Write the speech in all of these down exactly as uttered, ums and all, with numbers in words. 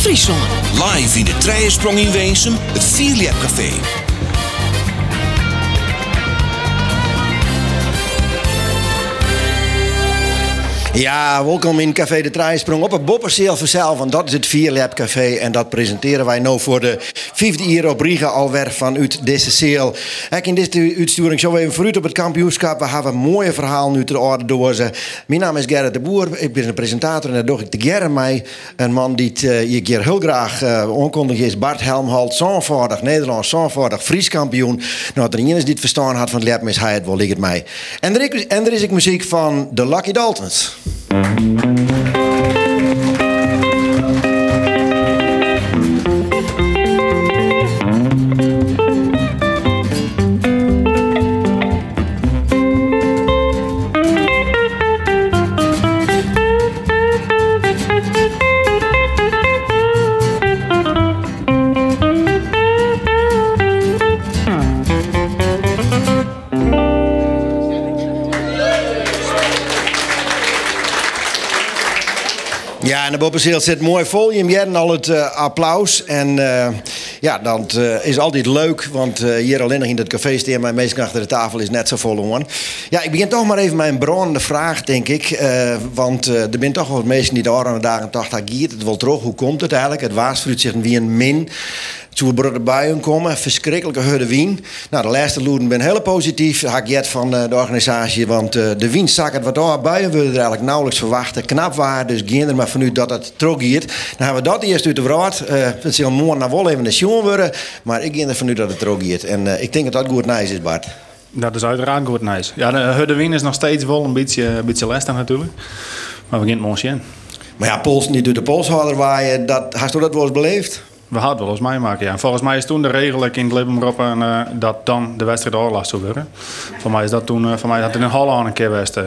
Friesland. Live in de Trijensprong in Weesum, het Vierlap Café. Ja, welkom in Café de Trijensprong op het Bopperseel vanzelf. Want dat is het Vierlap Café en dat presenteren wij nu voor de vijfde jaar op Riga alweer vanuit deze zeel. Ik in deze uitsturing zo even vooruit op het kampioenschap. We hebben een mooie verhaal nu ter orde door ze. Mijn naam is Gerrit de Boer, ik ben een presentator en daar doe ik te Gerrit mee. Een man die uh, je keer heel graag uh, onkondig is, Bart Helmholt, zonvoudig Nederlands, zonvoudig Fries kampioen. Nou, er iemand die het verstaan had van het lap, is hij het wel, ligt het mij. En er, is, en er is ik muziek van de Lucky Daltons. Ja, en de Bopperseel zit mooi vol. Je hebt al het uh, applaus. En uh, ja, dat uh, is altijd leuk. Want uh, hier alleen nog in het café staan, maar meestal achter de tafel is net zo vol hoor. Ja, ik begin toch maar even met een brandende vraag, denk ik. Uh, want uh, er zijn toch wel mensen die de andere dagen dachten, dat giet het wel terug. Hoe komt het eigenlijk? Het waarschuwt zich wie een min. Toen we buien komen, verschrikkelijke hudde wien. Nou, de laatste loeden ben heel positief. Hak jet van uh, de organisatie, want uh, de wien zakken wat door buien we er eigenlijk nauwelijks verwachten. Knap waar, dus geen er maar vanuit dat het teruggaat. Dan hebben we dat eerst uit de vraag. Uh, het zal morgen nou wel even de show worden, maar ik ga er vanuit dat het teruggaat. En uh, ik denk dat dat goed nice is, Bart. Dat is uiteraard goed nice. Ja, de hudde wien is nog steeds wel een beetje, een beetje lastig natuurlijk. Maar we gaan het morgen zien. Maar ja, Pols niet door de polshouder waaien, dat, hast u dat wel eens beleefd? We hadden wel eens meemaken, ja. Volgens mij is toen de regel in het Lebengroppen uh, dat dan de wedstrijd oorlast zou worden. Voor mij is dat toen, uh, voor mij had het in Holland een keer geweest. Uh.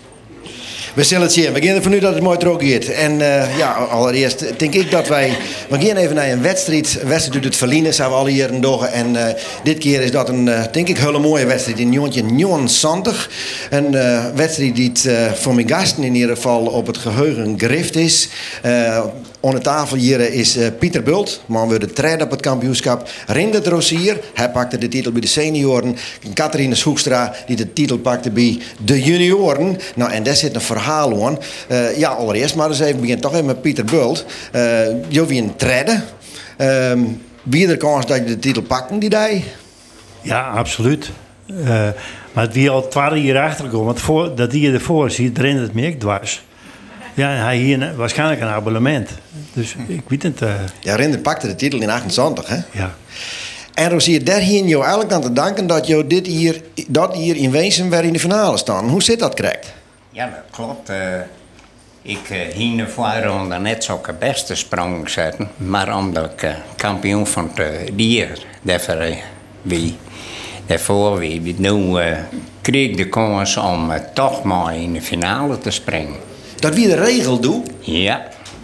We zullen het zien. We beginnen van nu dat het mooi terug gaat. En uh, ja, allereerst denk ik dat wij... We gaan even naar een wedstrijd. Een wedstrijd uit het Verliezen. Zijn we al hier en doggen. En uh, dit keer is dat een, uh, denk ik, hele mooie wedstrijd. In Jontje negenenzantig. Een uh, wedstrijd die het, uh, voor mijn gasten in ieder geval op het geheugen gericht is. Uh, Aan de tafel hier is uh, Pieter Bult, man we de trainer op het kampioenschap. Rindert Rossier, hij pakte de titel bij de senioren. Catharine Hoekstra, die de titel pakte bij de junioren. Nou, en daar zit een verhaal aan. Uh, ja, allereerst maar eens even beginnen toch even met Pieter Bult. Uh, je wie een trainer. Uh, wie er kans dat je de titel pakte die dag? Ja, absoluut. Uh, maar wie al twaalf jaar achterkomen, want voor, dat die ervoor ziet, Rindert me ook dwars. Ja, hij hier waarschijnlijk een abonnement. Dus ik weet het. Uh... Ja, Rindert pakte de titel in achtenzantig, hè? Ja. En Rossier, daar hier jou eigenlijk aan te danken dat je dit hier, dat hier in Weesum weer in de finale staan. Hoe zit dat correct? Ja, dat klopt. Uh, ik uh, hier voor onder net zo'n beste sprong zetten, maar omdat ik uh, kampioen van het dier daarvoor uh, wie. Daarvoor wie. Nu uh, kreeg ik de kans om uh, toch maar in de finale te springen. Dat wie de regel doet? Ja.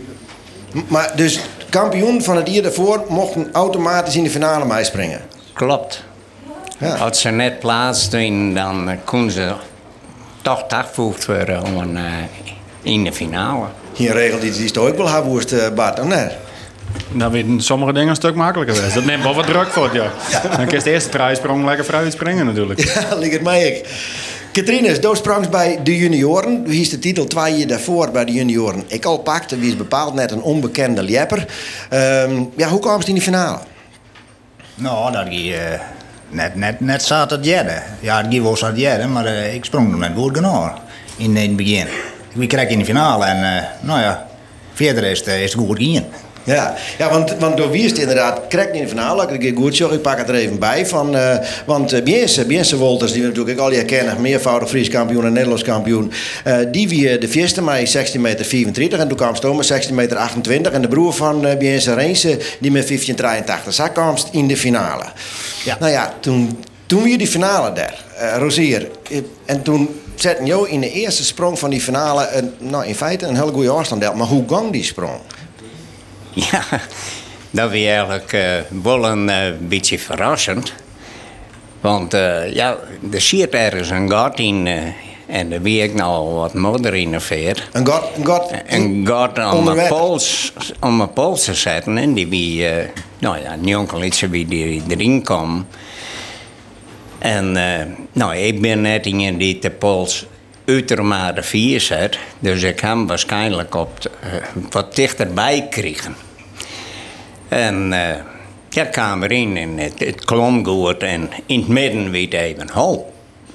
Maar dus kampioen van het jaar daarvoor mochten automatisch in de finale meespringen? Klopt. Ja. Als ze net plaatsten, dan konden ze toch toegevoegd worden om, uh, in de finale. Hier regel die is toch ook wel haboerst, uh, Bart, of nee? Dan werden sommige dingen een stuk makkelijker geweest. Dat neemt wel wat druk voor het, ja. ja. Dan kun je de eerste trijsprong lekker vooruit springen natuurlijk. Ja, ligt het mij ik. Katrines, doos sprong bij de junioren. Wie is de titel twee jaar daarvoor bij de junioren? Ik al pakte, wie is bepaald net een onbekende lepper. Um, ja, hoe kwam het in die finale? Nou, dat ging uh, net, net, net zat het jaren. Ja, het ging wel zat jaren, maar uh, ik sprong nog net goed genoeg in, in het begin. Ik kreeg in de finale en uh, nou ja, verder is het, is het goed gegaan. Ja, ja want, want door wie is het inderdaad correct in de finale. Ik ga goed zorgen, ik pak het er even bij. Van, uh, want uh, Biense, Biense Wolters, die we natuurlijk al hier kennen, meervoudig Fries kampioen en Nederlands kampioen. Uh, die wie de eerste mei zestien meter vierentwintig en toen kwam ze met zestien meter achtentwintig. En de broer van uh, Biense Reense, die met vijftien drieëntachtig. Zij kwam in de finale. Ja. Nou ja, toen, toen weer die finale daar, uh, Rozier. En toen zetten jou in de eerste sprong van die finale, een, nou in feite een hele goede afstand deelt. Maar hoe gang die sprong? Ja, dat was eigenlijk uh, wel een uh, beetje verrassend. Want uh, ja, er zit ergens een gat in, uh, En daar wie ik nou wat modder in de veer. Een god, een god, Een god om onder mijn water. pols, om mijn pols te zetten. En die wie, uh, nou ja, een jonkelitje wie die erin kwam. En uh, nou, ik ben net iemand die de pols uitermate vier zet. Dus ik hem waarschijnlijk op de, uh, wat dichterbij kregen. En uh, ja, ik kwam erin en het, het klom goed. En in het midden weet even, ho.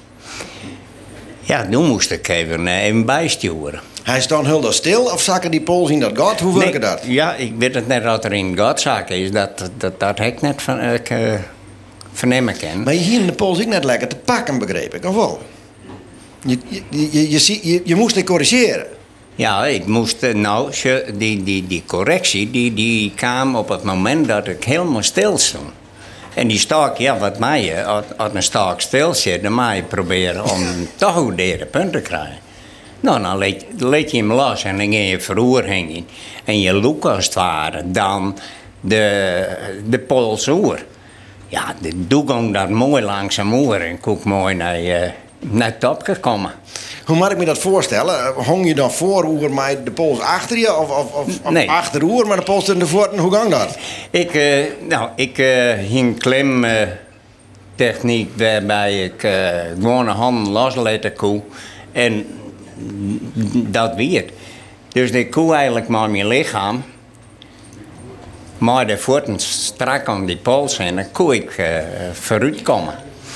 Ja, toen moest ik even, uh, even bijsturen. Hij stond heel stil of zakken die pols in dat gat? Hoe werkt dat? Ja, ik weet het net wat er in het gat zaken is. Dat, dat, dat, dat heb ik net van, uh, vernemen kan. Maar je hier in de pols ik net lekker te pakken, begreep ik, of wel? Je, je, je, je, zie- je, je moest het corrigeren. Ja, ik moest, uh, nou, ze- die, die, die correctie, die, die kwam op het moment dat ik helemaal stil stond. En die staak, ja, wat mij, je, als, als een staak stil zit, dan moet je proberen om toch goed de punten te krijgen. Nou, dan leed, leed je hem los en dan ging je verroering in. En je look als het ware dan de, de pols oer. Ja, de doe dat mooi langzaam oer en koek mooi naar, uh, naar het top gekomen. Hoe moet ik me dat voorstellen? Hong je dan voor oer met de pols achter je of, of, of, of Nee. achter oer met de pols tussen de voeten? Hoe gang dat? Ik, uh, nou, ik uh, hing klim uh, techniek waarbij ik uh, gewoon een hand loslaten koe. En dat weer. Dus ik koe eigenlijk maar mijn lichaam. Maar de voeten strak om die pols en dan kon ik uh, vooruit komen.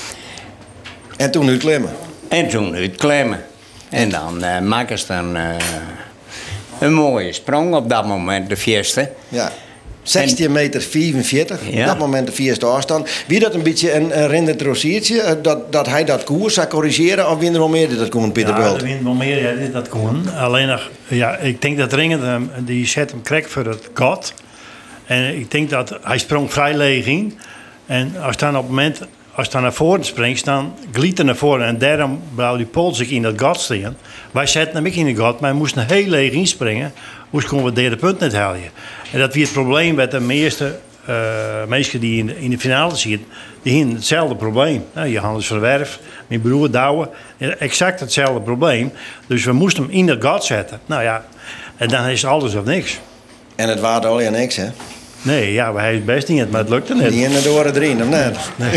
En toen nu klimmen. En toen uitklimmen. En dan uh, maken ze dan uh, een mooie sprong op dat moment, de vierste. Ja. zestien meter vierenveertig, Ja. op dat moment de vierste afstand. Wie dat een beetje een, een rendend rossiertje, dat, dat hij dat koers zou corrigeren, of wie er wel meer die dat kon, Pieter Ja, Bult? er wint wel meer, ja, dit- dat kon. Alleen nog, ja, ik denk dat Ringend hem, die zet hem krek voor het gat. En ik denk dat hij sprong vrij leeg in. En als dan op het moment, als dan naar voren springt, dan gliet hij naar voren. En daarom blijft die pols zich in dat gat staan. Wij zetten hem ook in het gat, maar hij moest een heel leeg inspringen. Moest kon we het derde punt net halen. En dat was het probleem met de meeste uh, mensen die in de, in de finale zitten. Die hadden hetzelfde probleem. Nou, Johannes van der Werf, mijn broer Douwe, exact hetzelfde probleem. Dus we moesten hem in dat gat zetten. Nou ja, en dan is het alles of niks. En het waard al en niks, hè? Nee, ja, hij is best niet, maar het lukte net. Die in de oren erin, of net? Nee.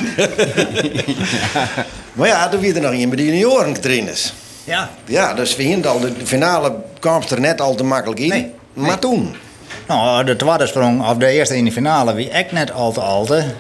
Maar ja, toen weer er nog iemand die juniorentrainers. Ja. Ja, dus we hielden al de finale kwam er net al te makkelijk in. Nee, Maar nee. toen, Nou, de tweede sprong, of de eerste in de finale, wie ik net al te al te.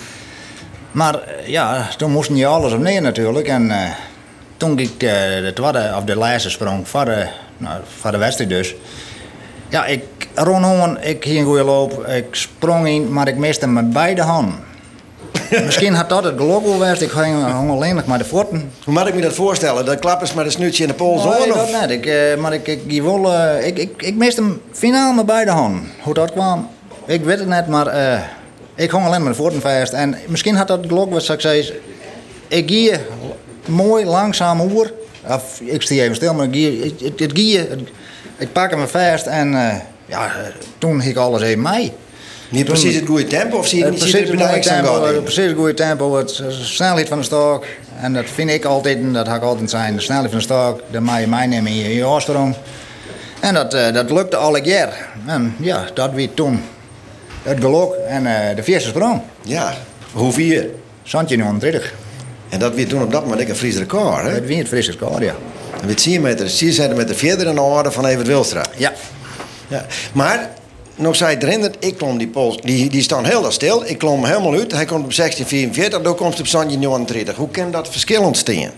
Maar eh, ja, toen moesten je alles op neer natuurlijk. En eh, toen ging ik eh, de tweede, of de laatste sprong, voor de, nou, voor de wedstrijd dus. Ja, ik ron gewoon, ik ging een goede loop, ik sprong in, maar ik miste met beide handen. Misschien had dat het geluk wel geweest, ik ging gewoon alleen nog maar de voeten. hoe moet ik me dat voorstellen? Dat klappers met een snuitje in de pols Nee, aan, dat of? net. Ik, eh, maar ik, ik, ik, wil, eh, ik, ik, ik miste hem finaal met beide handen. Hoe dat kwam, ik weet het net, maar eh, ik hong alleen maar de voeten vast. En misschien had dat geluk wat ik zei, ik gie mooi langzaam oer. Of ik stie even stil, maar ik gie, het, het, het gie, het- ik pak hem vast en eh, ja, eh, toen ging alles even mee. Niet precies het goede tempo, of zie je Het niet precies zitten het bij de goede extra tempo, gat het in? precies het goede tempo, het s- snelheid van de stok. En dat vind ik altijd, en dat ga ik altijd zijn, de snelheid van de stok, dat mag je meenemen in je, in je oorsprong. En dat, eh, dat lukte alle keer. En ja, dat werd toen het geluk en eh, de vierde sprong. Ja, hoe vier? Zandje negenentwintig. En dat weer toen op dat moment een Fries record, hè? Het werd het frisse score, ja. En we zien met de zeer centimeter verder in de orde van Evert Wilstra. Ja. Ja. Maar, nog zei het erin, ik klom die pols, die, die staan heel erg stil. Ik klom helemaal uit. Hij komt op zestien vierenveertig, dan komt hij op Sanje negenentwintig. Hoe kan dat verschil ontstaan?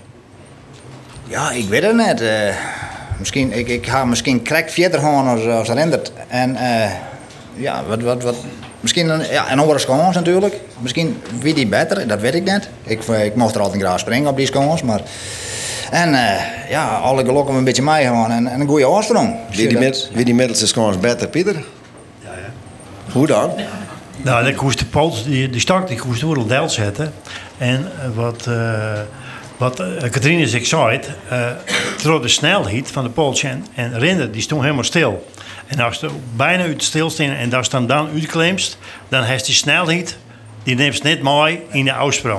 Ja, ik weet het niet. eh, misschien, ik, ik ga misschien krek verder gaan als, als Rendert. En eh, ja, wat, wat, wat, misschien een, ja, een andere scones natuurlijk. Misschien wie die beter, dat weet ik niet. Ik, ik mocht er altijd graag springen op die scones, maar... En eh, ja, alle gelukken een beetje mee gewoon en, en een goede oorsprong. Wie die, mid, wie die middelste scores beter, Pieter? Ja, ja. Hoe dan? Nou, dan koest de pols, die, die stok, die koest door het deel zetten. En eh, wat, uh, wat uh, Katrine zich zei, uh, door de snelheid van de pols en, en Rinder, die stond helemaal stil. En als je bijna uit stilstaan en als je dan dan uitklemst, dan heeft die snelheid, die neemt net mooi in de uitsprong.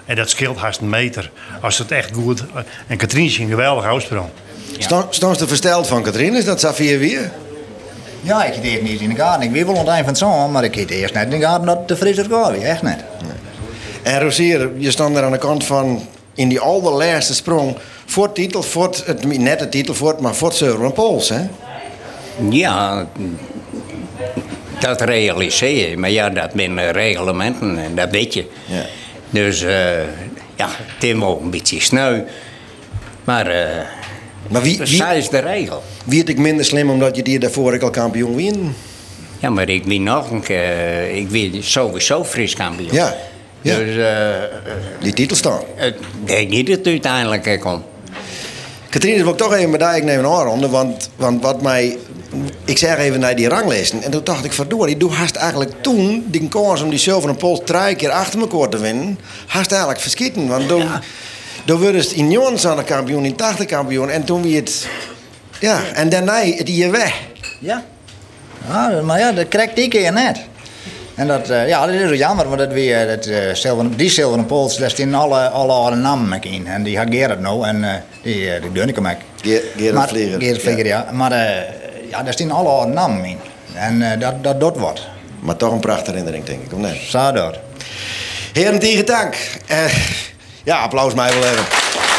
En dat scheelt haast een meter. Als het echt goed... En Katrien is een geweldig uitsprong. Ja. Staan ze versteld van Katrien? Is dat Safia weer? Ja, ik heb het eerst niet in de gaten. Ik weet wel aan het eind van het zomer, maar ik heb het eerst net in de gaten dat de Friser gaat weer. Echt net. Nee. En Rosier, je stond er aan de kant van... In die allerlaatste sprong... Voor het titel, voor het, net de titel, voor het, maar voor het zilveren pols, hè? Ja, dat realiseer je. Maar ja, dat zijn reglementen en dat weet je. Ja. Dus uh, ja, het is wel een beetje sneu. Maar, uh, maar wie, wie, dat is de regel. Wie het ik minder slim omdat je die daarvoor ook al kampioen win? Ja, maar ik win nog een keer. Ik win sowieso Fries kampioen. Ja. Ja. Dus, uh, die titel staan. Ik denk niet dat het uiteindelijk komt. Katrien, wil ik toch even met jou nemen aanronden, want, want wat mij... Ik zeg even naar die ranglijsten en toen dacht ik, verdorie, doe haast eigenlijk toen die kans om die zilveren pols drie keer achter elkaar te winnen, haast eigenlijk verschieten. Want toen, ja. toen werd het in jongens aan de kampioen, in tachtig kampioen en toen wie het... Ja, en daarna het hier weg. Ja. Ja, maar ja, dat krijgt die keer net. En dat, uh, ja, dat is zo jammer, want dat weer, dat, uh, zilveren, die zilveren pols, daar staan alle, alle oude namen in. En die had Gerard nou en uh, die, uh, die Deunicke mek. Gerard Vlieger. Gerard Vlieger, ja. ja. Maar uh, ja, daar staan alle oude namen in. En uh, dat, dat doet wat. Maar toch een prachtige herinnering, denk ik, of nee? Zo dat. Heren tegen dank. Uh, ja, applaus mij wel even.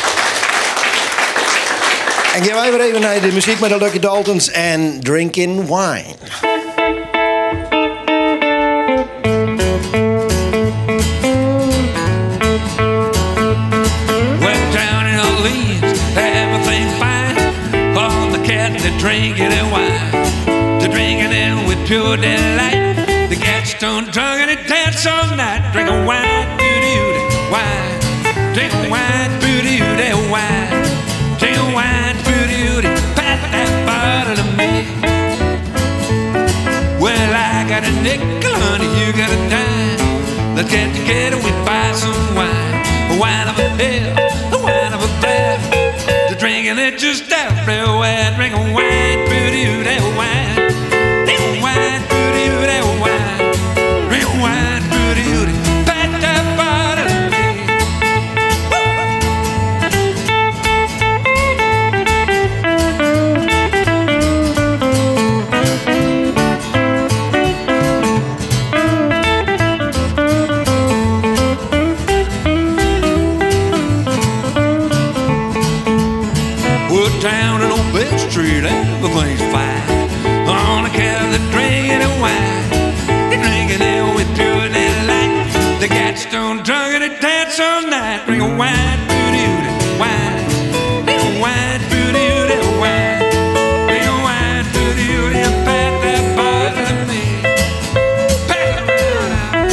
En gaan wij weer even naar de muziek met de Lucky Daltons en Drinking Wine. Drinking and wine, to drinking it with pure delight. The Gladstone drunk and it dance all night. Drinking wine, booty, wine. Drinking wine, booty, wine. Drinking wine, booty, pass that bottle to me. Well, I got a nickel, honey, you got a dime. Let's get together, we buy some wine. A wine of a hill, a wine of a bear. Drinking it just everywhere. Drinking wine, booty, that wine. Drinking wine, booty, that wine. Drinking wine, booty, pat that bottle of me. Down in old Bell Street, everything's fine. On account of the drinking and wine, the drinking it with pure delight. The Gladstone drunk and it dance all night. Drinking wine, booty, wine. Drinking wine, booty, wine. Drinking wine, booty, and pat that bottle of me. Pat that bottle.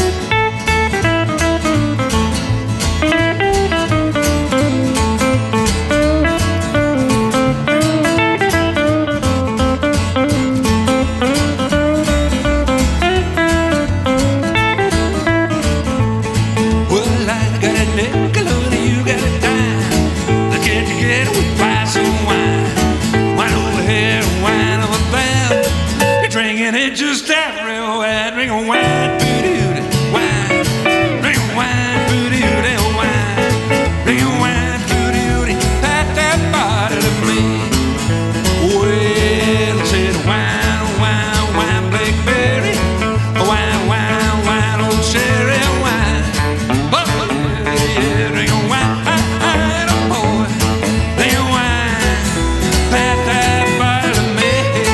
Just everywhere, drink wine, booty, wine, drink wine, booty, wine, drink wine, booty, pat that bottle of me. Well, I said wine, wine, wine, blackberry, wine, wine, wine, old sherry wine, oh yeah, drink wine, oh boy, drink wine, pat that bottle of me.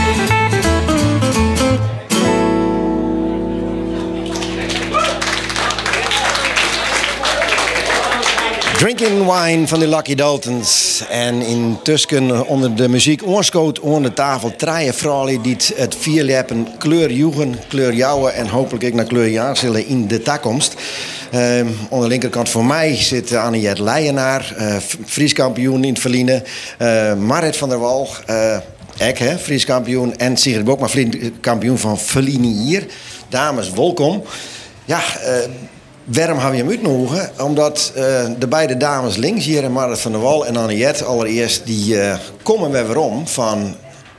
Drinking Wine van de Lucky Daltons. En intussen onder de muziek oorschoot onder de tafel drie vrouwen die het vierleppen kleur joegen, kleur jouwen en hopelijk ook naar kleur jaar zullen in de toekomst. Uh, aan de linkerkant voor mij zit Anniette Leijenaar, uh, Fries kampioen in het verliezen. Uh, Marit van der Wal, uh, ik, hè, Fries kampioen. En Sigrid Bokma, kampioen van verliezen hier. Dames, welkom. Ja, uh, waarom hebben we hem uitnodigen? Omdat uh, de beide dames links hier, Marit van der Wal en Anniette, allereerst, die uh, komen we weer om van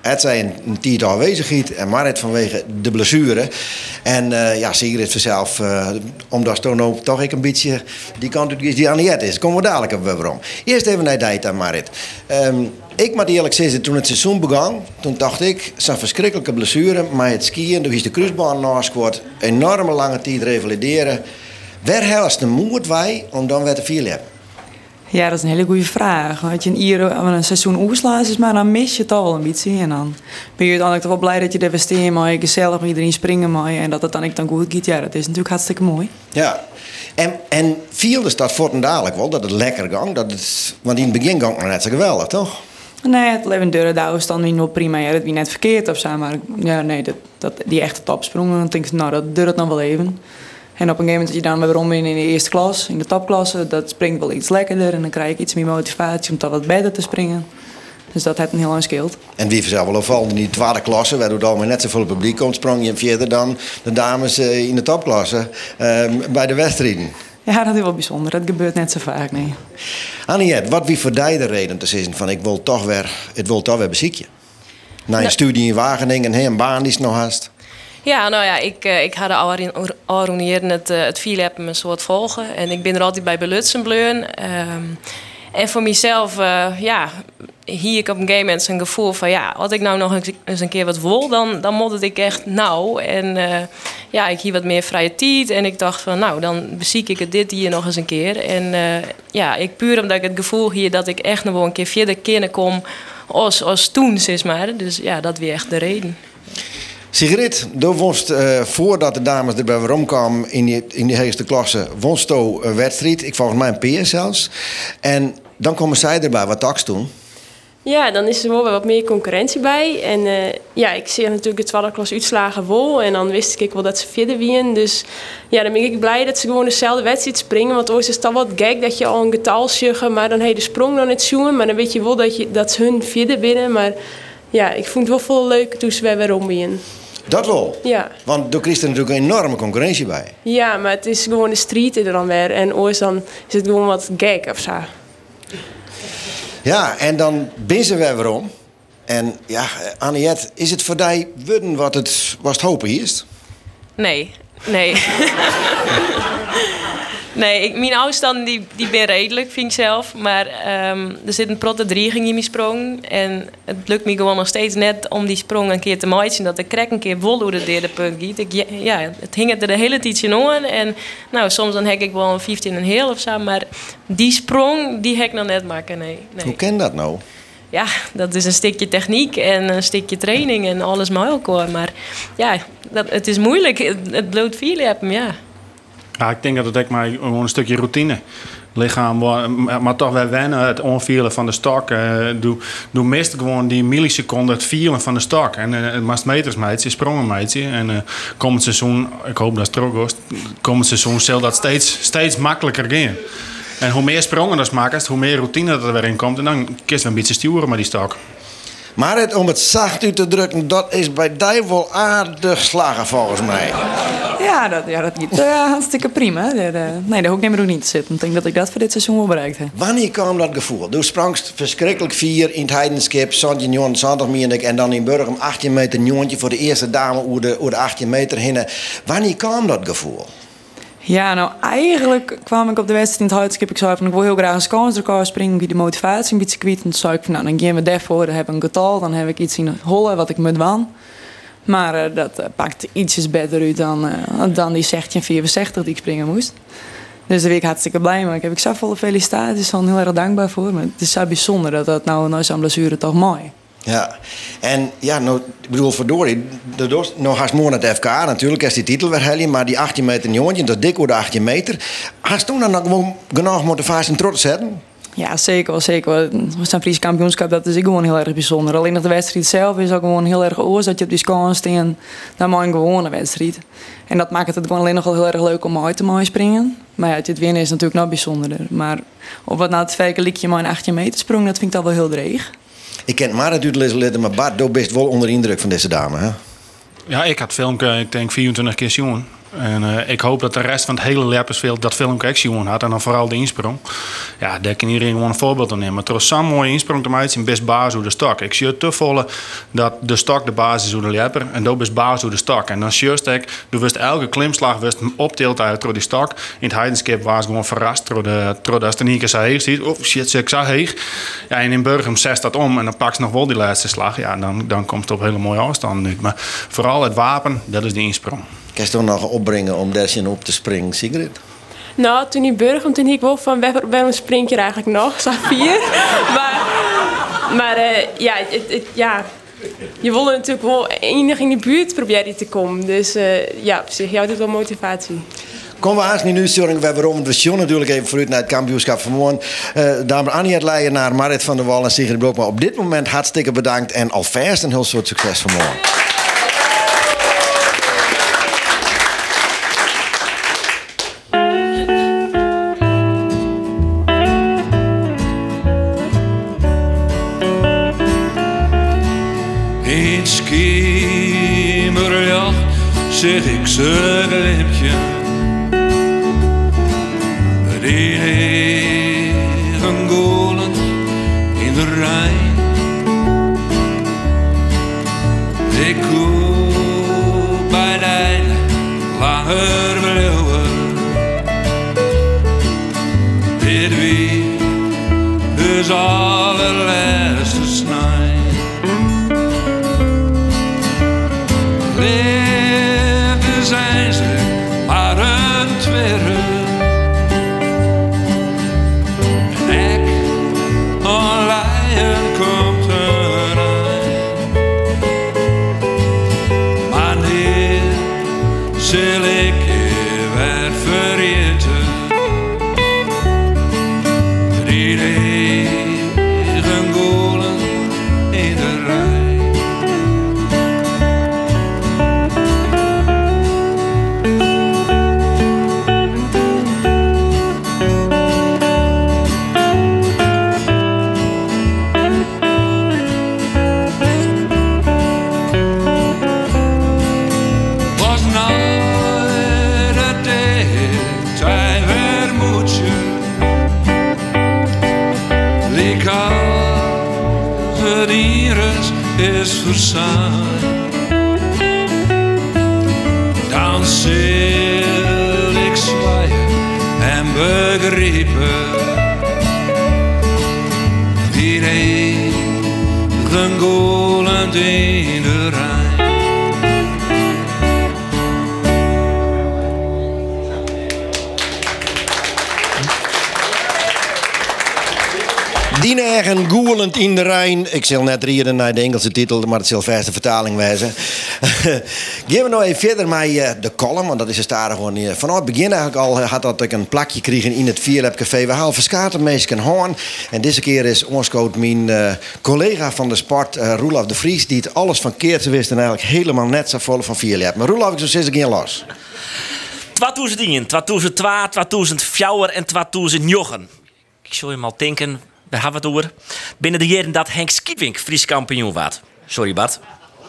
Het zij een, een tiental aanwezigheid en Marit vanwege de blessure. En uh, ja, Sigrid vanzelf, uh, omdat toch nou toch ik een beetje die kant uit die aan het is. Komen we dadelijk op waarom. Eerst even naar die aan Marit. Um, ik moet eerlijk zeggen, toen het seizoen begon, toen dacht ik, zo'n verschrikkelijke blessure, maar het skiën, toen is de cruisebaan naast, enorme lange tijd revalideren. Waar helst de moed wij om dan weer te veel te hebben? Ja, dat is een hele goede vraag. Als je een, ier, een seizoen oerslaat is, maar dan mis je het al wel een beetje. En dan ben je uiteindelijk toch wel blij dat je er weer steen mag, gezellig met iedereen springen mag en dat het dan ik dan goed gaat. Ja, dat is natuurlijk hartstikke mooi. Ja, en, en viel dus dat voor en dadelijk wel, dat het lekker ging? Dat het, want in het begin ging het nog net zo geweldig, toch? Nee, het leven deuren daar dan niet wel prima. Ja, dat wie net verkeerd of zo, maar ja, nee, dat, dat, die echte topsprongen, dan denk ik, nou, dat duurt het nog wel even. En op een gegeven moment dat je dan weer rond bent in de eerste klas, in de topklasse, dat springt wel iets lekkerder en dan krijg ik iets meer motivatie om toch wat beter te springen. Dus dat heeft een heel lang scheelt. En wie vanzelf wel opvallend in die tweede klasse, waar er al maar net zoveel publiek komt, sprong je verder dan de dames in de topklasse uh, bij de wedstrijden. Ja, dat is wel bijzonder. Dat gebeurt net zo vaak, nee. Aniette, wat wie voor die de reden te zeggen van ik wil toch weer, het wil toch weer beziekje? Na een nou, studie in Wageningen en een baan die is nog haast. Ja, nou ja, ik, ik had al al het, het Philip een soort volgen. En ik ben er altijd bij belutsen bleun. Um, en voor mezelf, uh, ja, hier ik op een gegeven moment zo'n gevoel van... ja, als ik nou nog eens een keer wat wil, dan, dan moet het ik echt nou. En uh, ja, ik hier wat meer vrije tijd. En ik dacht van, nou, dan beziek ik het dit hier nog eens een keer. En uh, ja, ik puur omdat ik het gevoel hier dat ik echt nog wel een keer verder kunnen kom... als, als toen, zeg maar. Dus ja, dat weer echt de reden. Sigrid, toen wonst, uh, voordat de dames er bij waarom kwamen in die, in die hoogste klasse, wonst toen een wedstrijd. Ik volgens mij een P S zelfs. En dan komen zij erbij, wat tax toen? Ja, dan is er wel weer wat meer concurrentie bij. En uh, ja, ik zie natuurlijk de tweede klas uitslagen wel. En dan wist ik wel dat ze verder winnen. Dus ja, dan ben ik blij dat ze gewoon dezelfde wedstrijd springen. Want ooit is het al wat gek dat je al een getal zegt, maar dan heb je de sprong dan niet zoen. Maar dan weet je wel dat, je, dat ze hun verder winnen. Maar ja, ik vond het wel veel leuker toen ze weer om winnen. Dat wel? Ja. Want er is er natuurlijk een enorme concurrentie bij. Ja, maar het is gewoon de street er dan weer. En ooit dan is het gewoon wat gek of zo. Ja, en dan ben ze weer weer om. En ja, Aniette, is het voor die worden wat het was het hopen eerst? Nee, nee. nee, ik, mijn afstanden die, die ben redelijk, vind ik zelf. Maar um, er zit een protte drieging in mijn sprong. En het lukt me gewoon nog steeds net om die sprong een keer te maken. Dat de krek een keer vol door de derde punt giet. Ik, ja, het hing er de hele tijd aan. En nou, soms dan heb ik wel een vijftien en een heel of zo. Maar die sprong, die heb ik nog net maken, nee. nee. Hoe ken dat nou? Ja, dat is een stukje techniek en een stukje training en alles maar elkaar. Maar ja, dat, het is moeilijk. Het, het bloot veel hebben, ja. Ja, ik denk dat het echt maar gewoon een stukje routine. Lichaam, maar toch wel wennen, het onvielen van de stok. Uh, doe, doe meestal gewoon die milliseconden het vielen van de stok. En uh, het maakt metersmeidje, sprongenmeidje. En uh, komend seizoen, ik hoop dat het er ook was, komend seizoen zal dat steeds, steeds makkelijker gaan. En hoe meer sprongen dat maken, hoe meer routine dat er weer in komt. En dan kun je een beetje sturen met die stok. Maar het, om het zacht uit te drukken, dat is bij die wel aardig slagen volgens mij. Ja, dat, ja, dat gaat uh, hartstikke prima. Dat, uh, nee, daar hoef ik niet te zitten. Ik denk dat ik dat voor dit seizoen wel bereikt heb. Wanneer kwam dat gevoel? Du sprangst verschrikkelijk vier in het heidenskip, zandje negenentwintig meen ik, en dan in Burgum achttien meter nieuwtje voor de eerste dame over de, over de achttien meter heen. Wanneer kwam dat gevoel? Ja, nou eigenlijk kwam ik op de wedstrijd in het heidenskip. Ik zei van ik wil heel graag een skansrecord springen, die de motivatie een beetje kwijt. En toen zei ik van nou dan gaan we daarvoor, dan heb ik een getal, dan heb ik iets in het hollen wat ik moet wan. Maar uh, dat uh, pakt ietsjes beter uit dan, uh, dan die zestien vierenzestig die ik springen moest. Dus daar ben ik hartstikke blij mee. Ik heb ik zo volle felicitaties van, heel erg dankbaar voor. Maar het is zo bijzonder dat dat nou na zo'n blessure toch mooi. Ja, en ja, nou, ik bedoel, verdorie, nog haast morgen naar het F K natuurlijk, als die titel weer halen, maar die achttien meter jongetje, dat is dik over de achttien meter. Haast toen dan nog gewoon genoeg motivatie en trots zetten? Ja, zeker wel, zeker wel. Het Friese kampioenschap, dat is gewoon heel erg bijzonder. Alleen nog de wedstrijd zelf is ook gewoon heel erg oors dat je op die skans staat en dan maak je gewoon een wedstrijd. En dat maakt het gewoon alleen nog wel heel erg leuk om uit te mooi springen. Maar ja, het winnen is natuurlijk nog bijzonderder. Maar op wat na het vijf likje maar een achttien meter sprong, dat vind ik al wel heel dreig. Ik ken maar het uitlezen, maar Bart, doe best wel onder indruk van deze dame, hè? Ja, ik had filmpje, ik denk vierentwintig keer jongen. En uh, ik hoop dat de rest van het hele Leppersveld dat filmpje ook gewoon had. En dan vooral de insprong. Ja, daar kan iedereen gewoon een voorbeeld aan nemen. Maar er was zo'n mooie insprong te maken, best baas hoe de stok. Ik zie het te volle dat de stok de basis is hoe de Lepper. En dat is baas hoe de stok. En dan zie je du wist elke klimslag wist optilt uit door die stok. In het heidenskip was gewoon verrast door de door dat de niet keer zo heeg ziet. Oh shit, ik zo heeg. Ja, en in Burgum zet dat om en dan pakt ze nog wel die laatste slag. Ja, dan, dan komt het op hele mooie afstand uit. Maar vooral het wapen, dat is de insprong. Kan je toch nog opbrengen om daar zin op te springen, Sigrid? Nou, toen in Burgum, toen ik wel van waarom spring je eigenlijk nog? Zo vier. maar maar uh, ja, het, het, ja, je wilde natuurlijk wel enig in de buurt proberen te komen. Dus uh, ja, op zich, jou dit wel motivatie. Kom we aan nu sturen we waarom we zien natuurlijk even vooruit naar het kampioenschap van morgen. Uh, Dames Annie het leiden naar Marit van der Wal en Sigrid Blok. Maar op dit moment hartstikke bedankt en alvast een heel soort succes van morgen. In schemerjacht zeg ik ze glimpje. Die regen golen in de Rijn. Ik koop bij de langer blauwen. Dit weer is allerlaatste snij. Leven zijn ze maar een tweede. Zal ik je weer vergeten? Die regen golen in de Rijn. Het iris is verstaan. Dan zul ik zwaaien en begrijpen. Die regen golend in de Rijn. Die negen goelend in de Rijn. Ik zal net rieden naar de Engelse titel, maar het zal vast de vertaling wijzen. Gaan we nou even verder met uh, de column, want dat is een stare gewoon. Uh, vanaf het begin eigenlijk al uh, had dat ik een plakje kregen in het Vierlab Café. We halen verskaten meesken hoorn. En deze keer is ons coach mijn uh, collega van de sport, uh, Roelof de Vries, die het alles van keer te wist en eigenlijk helemaal net zo vol van Vierlab. Maar Roelof, ik zo zes ik los. tweeduizend één, tweeduizend twee, tweeduizend vier en tweeduizend negen. Ik zou je mal denken, we hebben het over. Binnen de jaren dat Henk Skiepwink Fries kampioen werd. Sorry Bart.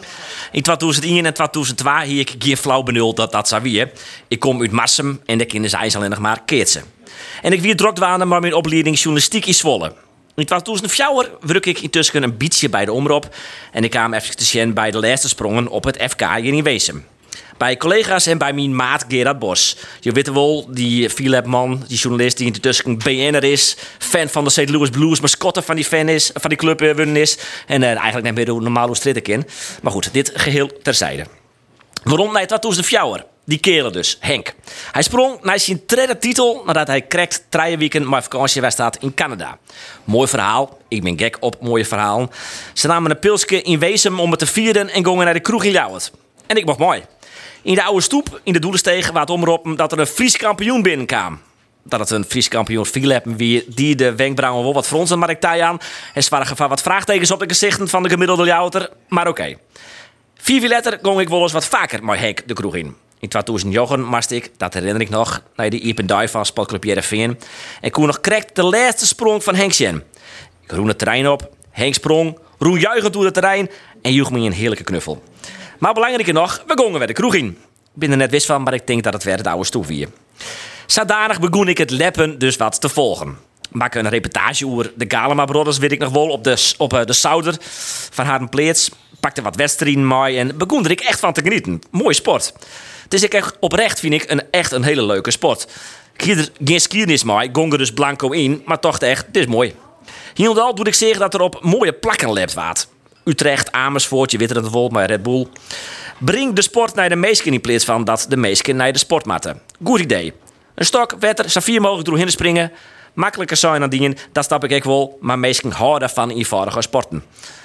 In tweeduizend één en tweeduizend twee hier ik geen flauw benul dat dat zou wie. Ik kom uit Marsum en de kinderen zijn alleen nog maar keertsen. En ik weer drukwaande maar mijn opleiding journalistiek in Zwolle. In tweeduizend vier werk ik intussen een beetje bij de omroep. En ik kwam even te zien bij de laatste sprongen op het F K hier in Weesum. Bij collega's en bij mijn maat Gerard Bos. Je weet wel, die Philip-man, die journalist die intussen B N'er is. Fan van de Saint Louis Blues, mascotte van die fan is, van die club uh, is. En uh, eigenlijk net meer de normale stritten in. Maar goed, dit geheel terzijde. Waarom? Nee, tweeduizend vier. Die kerel dus, Henk. Hij sprong naar zijn derde titel nadat hij krijgt drie weken maar vakantie was staat in Canada. Mooi verhaal. Ik ben gek op mooie verhalen. Ze namen een pilsje in Weesum om het te vieren en gingen naar de kroeg in Ljouwert. En ik mocht mooi. In de oude stoep, in de Doelensteeg, waar het omroepen dat er een Fries kampioen binnenkwam. Dat het een Fries kampioen Philip wie die de wenkbrauwen wel wat fronsen, maar ik taai aan. Er waren gevaar wat vraagtekens op de gezichten van de gemiddelde Ljouwerter, maar oké. Okay. Vier uur later ging ik wel eens wat vaker met Henk de kroeg in. In tweeduizend negen moest ik, dat herinner ik nog, naar de Iep en Duif van Sportclub Jereveen. En kon nog correct de laatste sprong van Henk zien. Ik roen het terrein op, Henk sprong, roen juichend door het terrein en joeg me een heerlijke knuffel. Maar belangrijker nog, we gingen weer de kroeg in. ben er net wist van, maar ik denk dat het weer het oude stoef weer. Zodanig begon ik het leppen dus wat te volgen. Maak een reportage over de Galema Brothers, weet ik nog wel, op de, op uh, de Zouder van Harenpleets. Pakte wat wedstrijden mee en begon er ik echt van te genieten. Mooi sport. Het is ik echt oprecht, vind ik, een, echt een hele leuke sport. Ik hier er geen skiernis mee, gong er dus blanco in, maar toch echt, dit is mooi. Hierdoor doe ik zeggen dat er op mooie plakken lept waard. Utrecht, Amersfoort, je weet het wel, maar Red Bull. Breng de sport naar de meesken in plaats van dat de meesken naar de sport matten. Goed idee. Een stok, wetter, zo vier mogelijk doorheen springen. Makkelijker zijn dan dingen, dat snap ik ook wel. Maar meesken houden van eenvoudige sporten.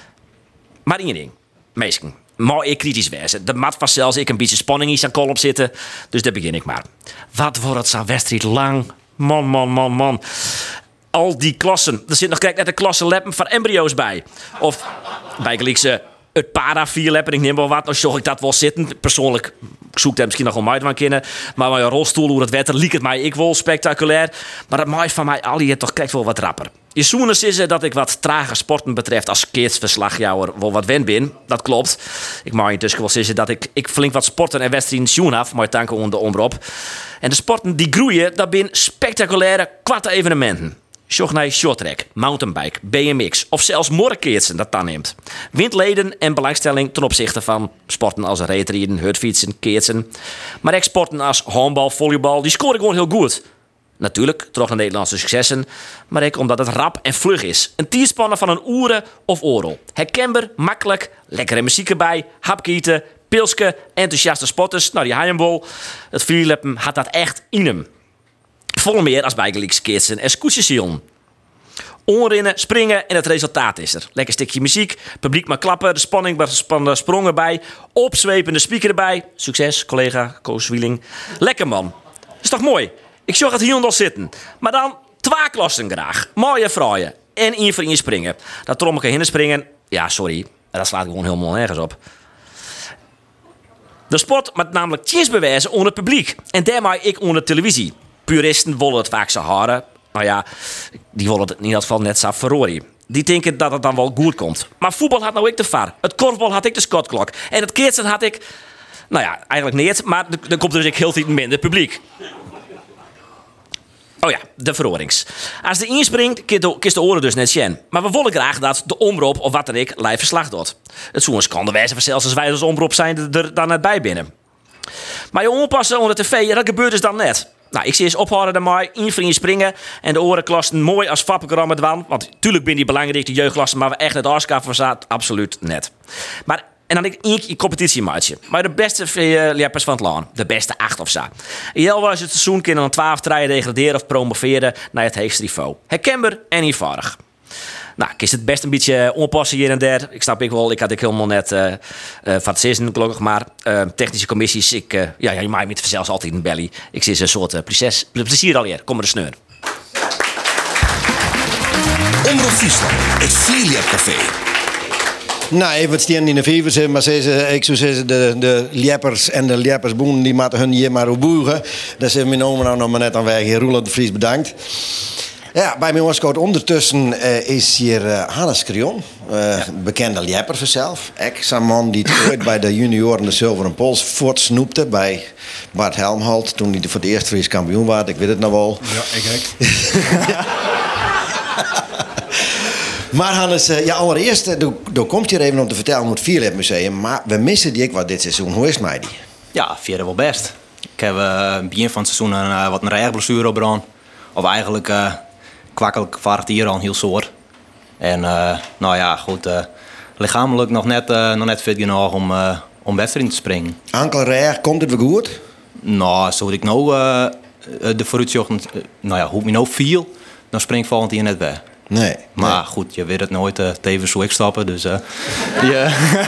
Maar één ding. Meesken. Maar ik kritisch wezen. De mat van zelfs ik een beetje spanning in zijn kolom zitten. Dus daar begin ik maar. Wat wordt het zo'n wedstrijd lang. Man, man, man, man. Al die klassen. Er zit nog kijk net de klasse leppen van embryo's bij. Of bij gelijkse het para-vierleppen. Ik neem wel wat. Nou zorg ik dat wel zitten. Persoonlijk ik zoek daar misschien nog wel uit van kennen. Maar met een rolstoel hoe het wetter liep het mij ik wel spectaculair. Maar dat maakt van mij al je toch krijgt wel wat rapper. Je zoeners is dat ik wat trage sporten betreft als keersverslagjouwer wel wat wen ben. Dat klopt. Ik mag intussen wel zeggen dat ik, ik flink wat sporten en wedstrijden zien af. Maar dank aan de omroep. En de sporten die groeien, dat zijn spectaculaire kwarte evenementen. Sjog naar shorttrack, mountainbike, B M X of zelfs morgenkeertsen dat dan neemt. Windleden en belangstelling ten opzichte van sporten als reetrieden, hutfietsen, keertsen. Maar ook sporten als handbal, volleybal, die scoren gewoon heel goed. Natuurlijk, toch de Nederlandse successen, maar ook omdat het rap en vlug is. Een tierspannen van een oeren of orel. Herkenbaar, makkelijk, lekkere muziek erbij, hapkieten, pilske, enthousiaste spotters. Nou, die haaienbol, het vierleppen had dat echt in hem. Vol meer als bij gelijks keertsen en scootjesielen. Onrennen, springen en het resultaat is er. Lekker stukje muziek, publiek maar klappen, de spanning van de sprong erbij, opzwepende speaker erbij. Succes, collega Koos Wieling. Lekker man. Is toch mooi? Ik zag het hier nog zitten. Maar dan twee klassen graag. Mooie vrouwen. En één voor één springen. Dat trommetje hinnen springen. Ja, sorry. Dat slaat gewoon helemaal nergens op. De sport moet namelijk tjens bewijzen onder het publiek. En daarmee ik onder televisie. Puristen willen het vaak zo houden. Nou ja, die willen het in ieder geval net zo verrorie. Die denken dat het dan wel goed komt. Maar voetbal had nou ik de var. Het korfbal had ik de skotklok. En het keertsen had ik... Nou ja, eigenlijk niet. Maar er komt dus ik heel veel minder publiek. Oh ja, de verhorings. Als de inspringt, kist de oren dus net zien. Maar we willen graag dat de omroep of wat dan ik live verslag doet. Het zou een schande wijze zelfs als wij als omroep zijn er dan net bij binnen. Maar je onpassen onder de tv, dat gebeurt dus dan net. Nou, ik zie eens ophouden daarmee, in voor in springen en de orenklassen mooi als vappenprogramma dwan. Want natuurlijk ben die belangrijk, de jeugdklassen, maar we echt net afschaffen zaten, absoluut net. Maar en dan ik één competitiemaatje. Maar de beste uh, leppers van het land. De beste acht of zo. Jel was het seizoen kunnen dan twaalf treien degraderen of promoveren naar het hoogste niveau. Herkenbaar en eenvoudig. Nou, ik is het best een beetje onpassen hier en daar. Ik snap ik wel, ik had ik helemaal net uh, uh, van het zesde gelukkig maar. Uh, technische commissies, ik, uh, ja, ja, je maakt me zelfs altijd een belly. Ik zie een soort uh, plezier, plezier alweer. Kom maar de sneur. Omroep Friesland, het Philiap Café. Nou, even wat stenen in de vivers, maar ze, ik zou zeggen, de, de leppers en de leppersboenen, die moeten hun hier maar op boegen. Dat ze mijn oma nou nog maar net aan weg. Heer Roeland de Vries, bedankt. Ja, bij mijn oorschoot ondertussen uh, is hier uh, Hannes Krion, uh, ja. bekende lepper vanzelf. Ik, zo'n man die het ooit bij de junioren de zilveren pols voortsnoepte bij Bart Helmholt, toen hij voor het eerst Fries kampioen was. Ik weet het nou wel. Ja, ik ook. Maar Hannes, ja, allereerst, dan komt je er even om te vertellen over het Philiap Museum. Maar we missen die ook wat dit seizoen. Hoe is het met die? Ja, verder wel best. Ik heb uh, begin van het seizoen een, uh, wat een rechtblessure opgedaan. Of eigenlijk uh, kwakkelijk vaart hier al heel soort. En uh, nou ja, goed, uh, lichamelijk nog net, uh, nog net fit genoeg om, uh, om wedstrijden te springen. Ankel recht, komt het weer goed? Nou, zo ik nou uh, de vooruitzichten, uh, nou ja, hoe ik me nou viel, dan spring ik volgend jaar net weg. Nee. Maar nee. goed, je weet het nooit, uh, tevens hoe ik stappen, dus... Uh, yeah.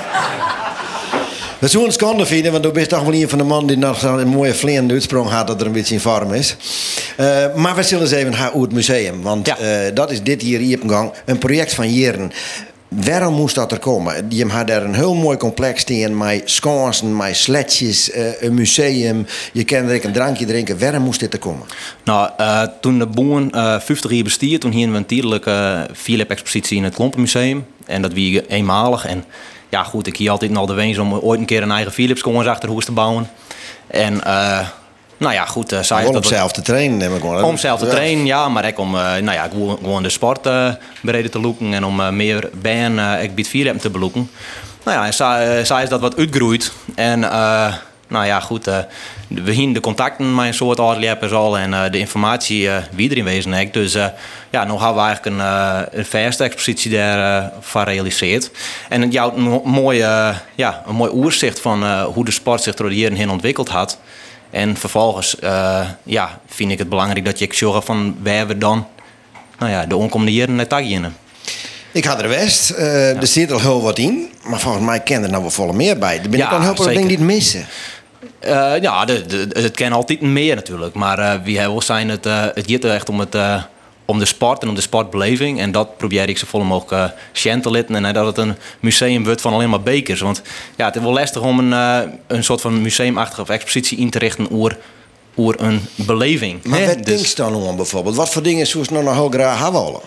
We zullen het schande vinden, want du bent toch wel een van de mannen die nog zo'n mooie vleende uitsprong had dat er een beetje in vorm is. Uh, maar we zullen eens even gaan over het museum, want ja. uh, dat is dit hier hier op gang, een project van jaren. Waarom moest dat er komen? Je had daar een heel mooi complex in met skansen, met sletjes, uh, een museum. Je kan er een drankje drinken. Waarom moest dit er komen? Nou, uh, toen de boeren uh, vijftig jaar bestier, toen hier een tijdelijke uh, Philiap-expositie in het Klompenmuseum. En dat was eenmalig. En ja goed, ik hier altijd al de wens om ooit een keer een eigen Philips achterhoes te bouwen. En uh, nou ja, goed. Uh, om dat zelf te trainen, neem ik gewoon. Om zelf te ja. trainen, ja, maar ook om uh, nou ja, gewoon, gewoon de sport uh, breder te loeken en om uh, meer bij uh, ik bied Philips te beloeken. Nou ja, en zij, zij is dat wat uitgroeid. En uh, nou ja, goed. Uh, we zien de contacten met een soort oudliepers al en uh, de informatie uh, wie erin wezen heeft. Dus uh, ja, nu hebben we eigenlijk een, uh, een verste expositie daar uh, van gerealiseerd. En het jouwt een mooi, uh, ja, een mooi oerzicht van uh, hoe de sport zich door de jaren heen ontwikkeld had. En vervolgens uh, ja, vind ik het belangrijk dat je zorgt van waar we dan nou ja, de onkomende jaren naartoe gaan. Ik had er West, uh, ja. er zit al heel wat in, maar volgens mij ken er nou wel volle meer bij. Er ben ja, ik dan heel veel dingen niet missen. Uh, ja, de, de, het kan altijd meer natuurlijk, maar uh, wie hebben zijn het, uh, het gaat er echt om, het, uh, om de sport en om de sportbeleving. En dat probeer ik zo vol mogelijk uh, te litten en uh, dat het een museum wordt van alleen maar bekers. Want ja, het is wel lastig om een, uh, een soort van museumachtige of expositie in te richten over, over een beleving. Maar He? wat dus... denk je dan om bijvoorbeeld? Wat voor dingen zou je nou nog heel graag hebben willen?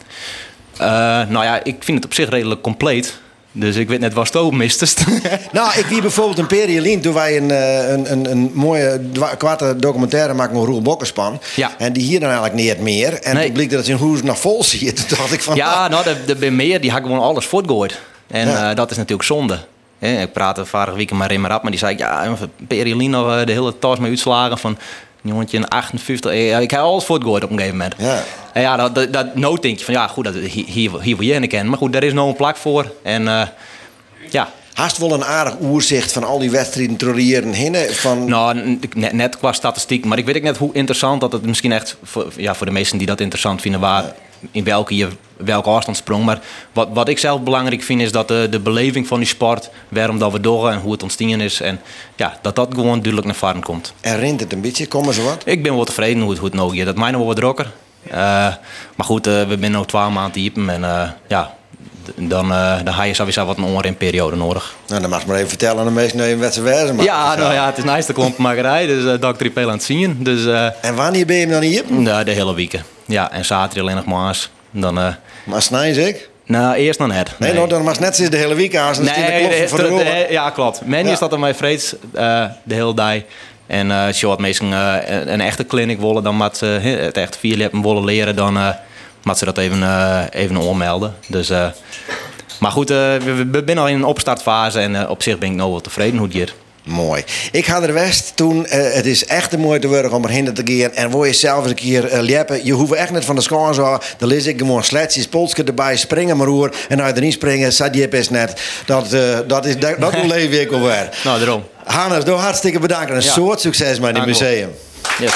Uh, nou ja, ik vind het op zich redelijk compleet. Dus ik weet net waar stoom mist. Nou, ik wie bijvoorbeeld een periode toen wij een, een, een, een mooie kwarte documentaire maken over Roel Bokkerspan. Ja. En die hier dan eigenlijk niet meer. En nee. toen bleek dat het in Hoes nog vol zit. Toen dacht ik van... Ja, nou, de, de, de meer die had gewoon alles voortgooid. En ja. uh, dat is natuurlijk zonde. He, ik praatte vorige week met Rimmer Rap, maar die zei ja, Perjelien nog de hele tas mee uitslagen van jongetje in achtenvijftig. Ja, ik heb alles voortgooid op een gegeven moment. Ja. En ja, dat, dat, dat nou denk je van ja, goed, dat, hier, hier wil je niet kennen. Maar goed, daar is nou een plak voor. En uh, ja. Haast wel een aardig oerzicht van al die wedstrijden troriëren heen? Van... Nou, net, net qua statistiek. Maar ik weet ook net hoe interessant dat het misschien echt voor, ja, voor de meesten die dat interessant vinden, waar ja. in welke je welke afstand sprong. Maar wat, wat ik zelf belangrijk vind is dat de, de beleving van die sport, waarom dat we door en hoe het ontstaan is. En ja, dat dat gewoon duidelijk naar voren komt. En rint het een beetje? Komen ze wat? Ik ben wel tevreden hoe het, hoe het nou gaat. Dat mij nog wel wat drukker. Uh, maar goed, uh, we zijn nu twaalf maanden diepen en uh, ja, dan, uh, dan heb je sowieso wat een onremperiode nodig. Nou, dan mag je maar even vertellen aan de meesten dat je een wedstrijd wezen mag. Ja, nou ja, het is een nice klompenmakerij, dus uh, dat ik er aan het zien. Dus, uh, en wanneer ben je dan hier? Uh, de hele week. Ja, en zaterdag alleen nog maar. Dan, uh, maar snij zeg? Nou, eerst nog net. Nee, nee nou, dan mag net sinds de hele week aan. Dan nee, de voor de de, de, ja, klopt. Men ja. is dat er mij vrees uh, de hele dag. En uh, als je wat mensen uh, een echte clinic willen, dan moet ze het echt vier willen leren, dan uh, moet ze dat even, uh, even ommelden. Dus, uh, maar goed, uh, we, we zijn al in een opstartfase en uh, op zich ben ik nou wel tevreden hoe het gaat. Mooi. Ik ga er West toen. Uh, het is echt een mooie werk om erheen te gaan. En wil je zelf eens een keer uh, liepen. Je hoeft echt net van de schoon zo. Dan lees ik gewoon sletsjes, polsje erbij, springen maar roer. En uit erin springen, zat je is net. Dat, uh, dat is dat, dat leef ik alweer. Nou, daarom. Hannes, door hartstikke bedankt. En een ja. soort succes met het museum. Yes.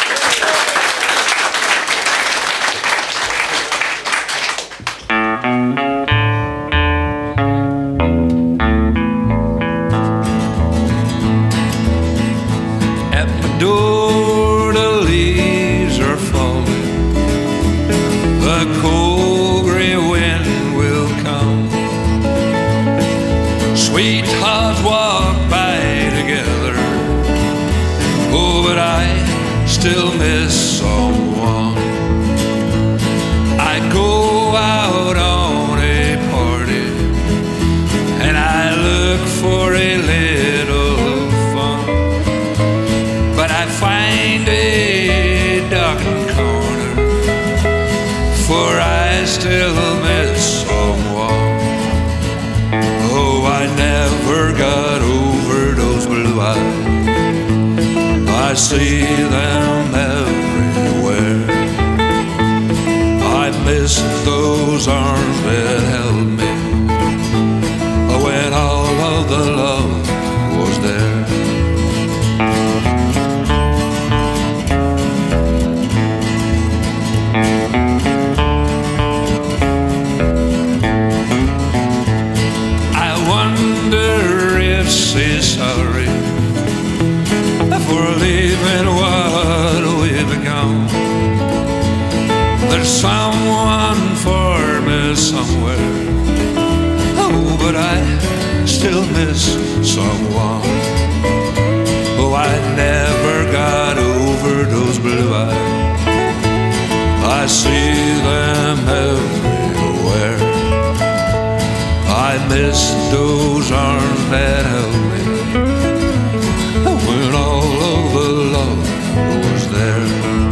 Still miss someone. I go out on a party and I look for a little fun, but I find a dark corner, for I still miss someone. Oh, I never got over those blue eyes. I see them everywhere. I miss those arms that held me when all of the love was there. I wonder if she's sorry for leaving what we've become. There's someone for me somewhere. Oh, but I still miss someone. Oh, I never got over those blue eyes. I see them everywhere. I miss Yes, those arms that held me when all of the love was there.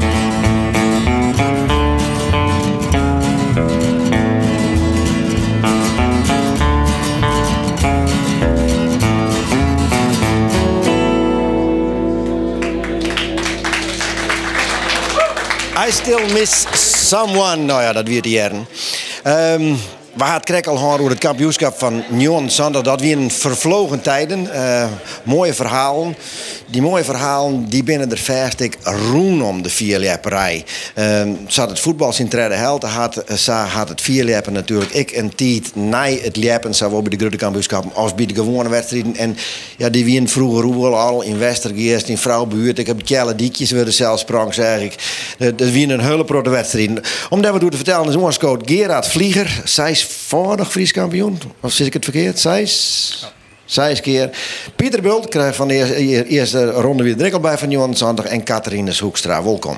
I still miss someone. Nou ja, dat weer die jaren. Um, we gaan het krekkel horen over het kampioenschap van Nyon Sander. Dat weer een vervlogen tijden. Uh, mooie verhalen. Die mooie verhalen die binnen er vast ik roen om de vierlepperij. Um, zat het voetbal in trede helte had, had het vierleppen natuurlijk. Ik en Tiet nij het leppen, zowel bij de grote kampioenschappen als bij de gewone wedstrijden. En ja, die wien vroeger roel al in Westergeest, in Vrouwbuurt. Ik heb Kjelle Diekjes weer de zelf sprang, zeg ik. Dat wien een hulprotte wedstrijden. Om dat wat door te vertellen is onze coach Gerard Vlieger. Zij is vorig Fries kampioen. Of zit ik het verkeerd? Zij is... Ja. Zes keer. Pieter Bult krijgt van de eerste, eerste ronde weer drikkel bij van Johan Sander en Catharines Hoekstra. Welkom.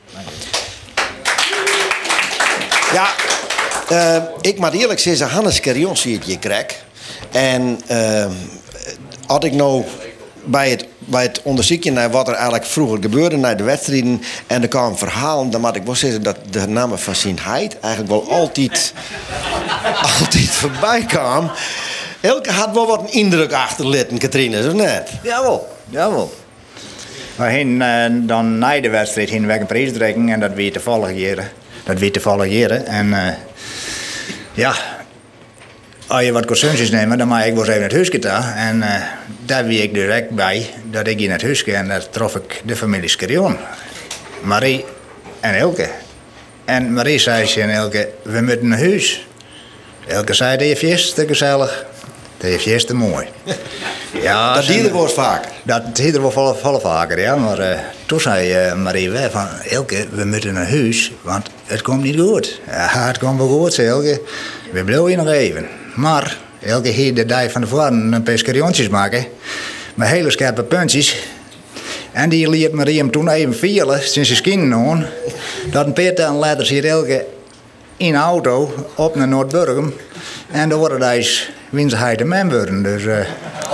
Ja, uh, ik moet eerlijk zeggen, Hannes Carrion zie het je krijg. En uh, had ik nou bij het, bij het onderzoekje naar wat er eigenlijk vroeger gebeurde, naar de wedstrijden, en er kwamen verhalen, dan moet ik wel zeggen dat de naam van zijn Heid eigenlijk wel altijd, altijd voorbij kwam. Elke had wel wat een indruk achterlaten, Katrine, of net? Jawel, jawel. We gingen uh, dan na de wedstrijd gingen we een prijsdrekking en dat weer toevallig jaren. Dat weer toevallig jaren. En uh, ja, als je wat consumpties neemt, dan mag ik wel eens even naar het huisje daar. En uh, daar wie ik direct bij, dat ik hier naar het huisje en daar trof ik de familie Skerion. Marie en Elke. En Marie zei ze en Elke, we moeten naar huis. Elke zei, dat je feest te gezellig. Dat is juist te mooi. Ja, dat dier er wel vaker. Dat dier er wel volle, volle vaker, ja. Maar uh, toen zei uh, Marie weer van... Elke, we moeten naar huis, want het komt niet goed. Ja, het komt wel goed, zei Elke. We blijven hier nog even. Maar Elke hier de dag van de voren een paar scariontjes maken. Met hele scherpe puntjes. En die liet Marie hem toen even vielen, sinds zijn kinderen. Dat een paar tellen later zit Elke in de auto op naar Noordburgum. En dan worden hij winstheid de man worden. Dus uh...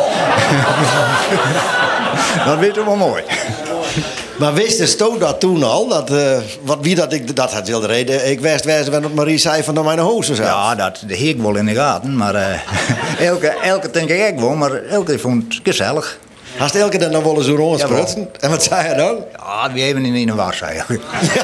dat weet je wel mooi. Maar wist de Sto dat toen al? Dat, uh, wat, wie dat, ik, dat had heel de reden. Ik wist wijze wat Marie zei van mijn hoofd. Ja, dat de ik wel in de gaten. Maar uh, elke, elke denk ik ook wel. Maar elke vond het gezellig. Had Elke dan nog wel eens zo rondsprutsen? Ja, en wat zei hij dan? Ja, we hebben in de war, zei hij.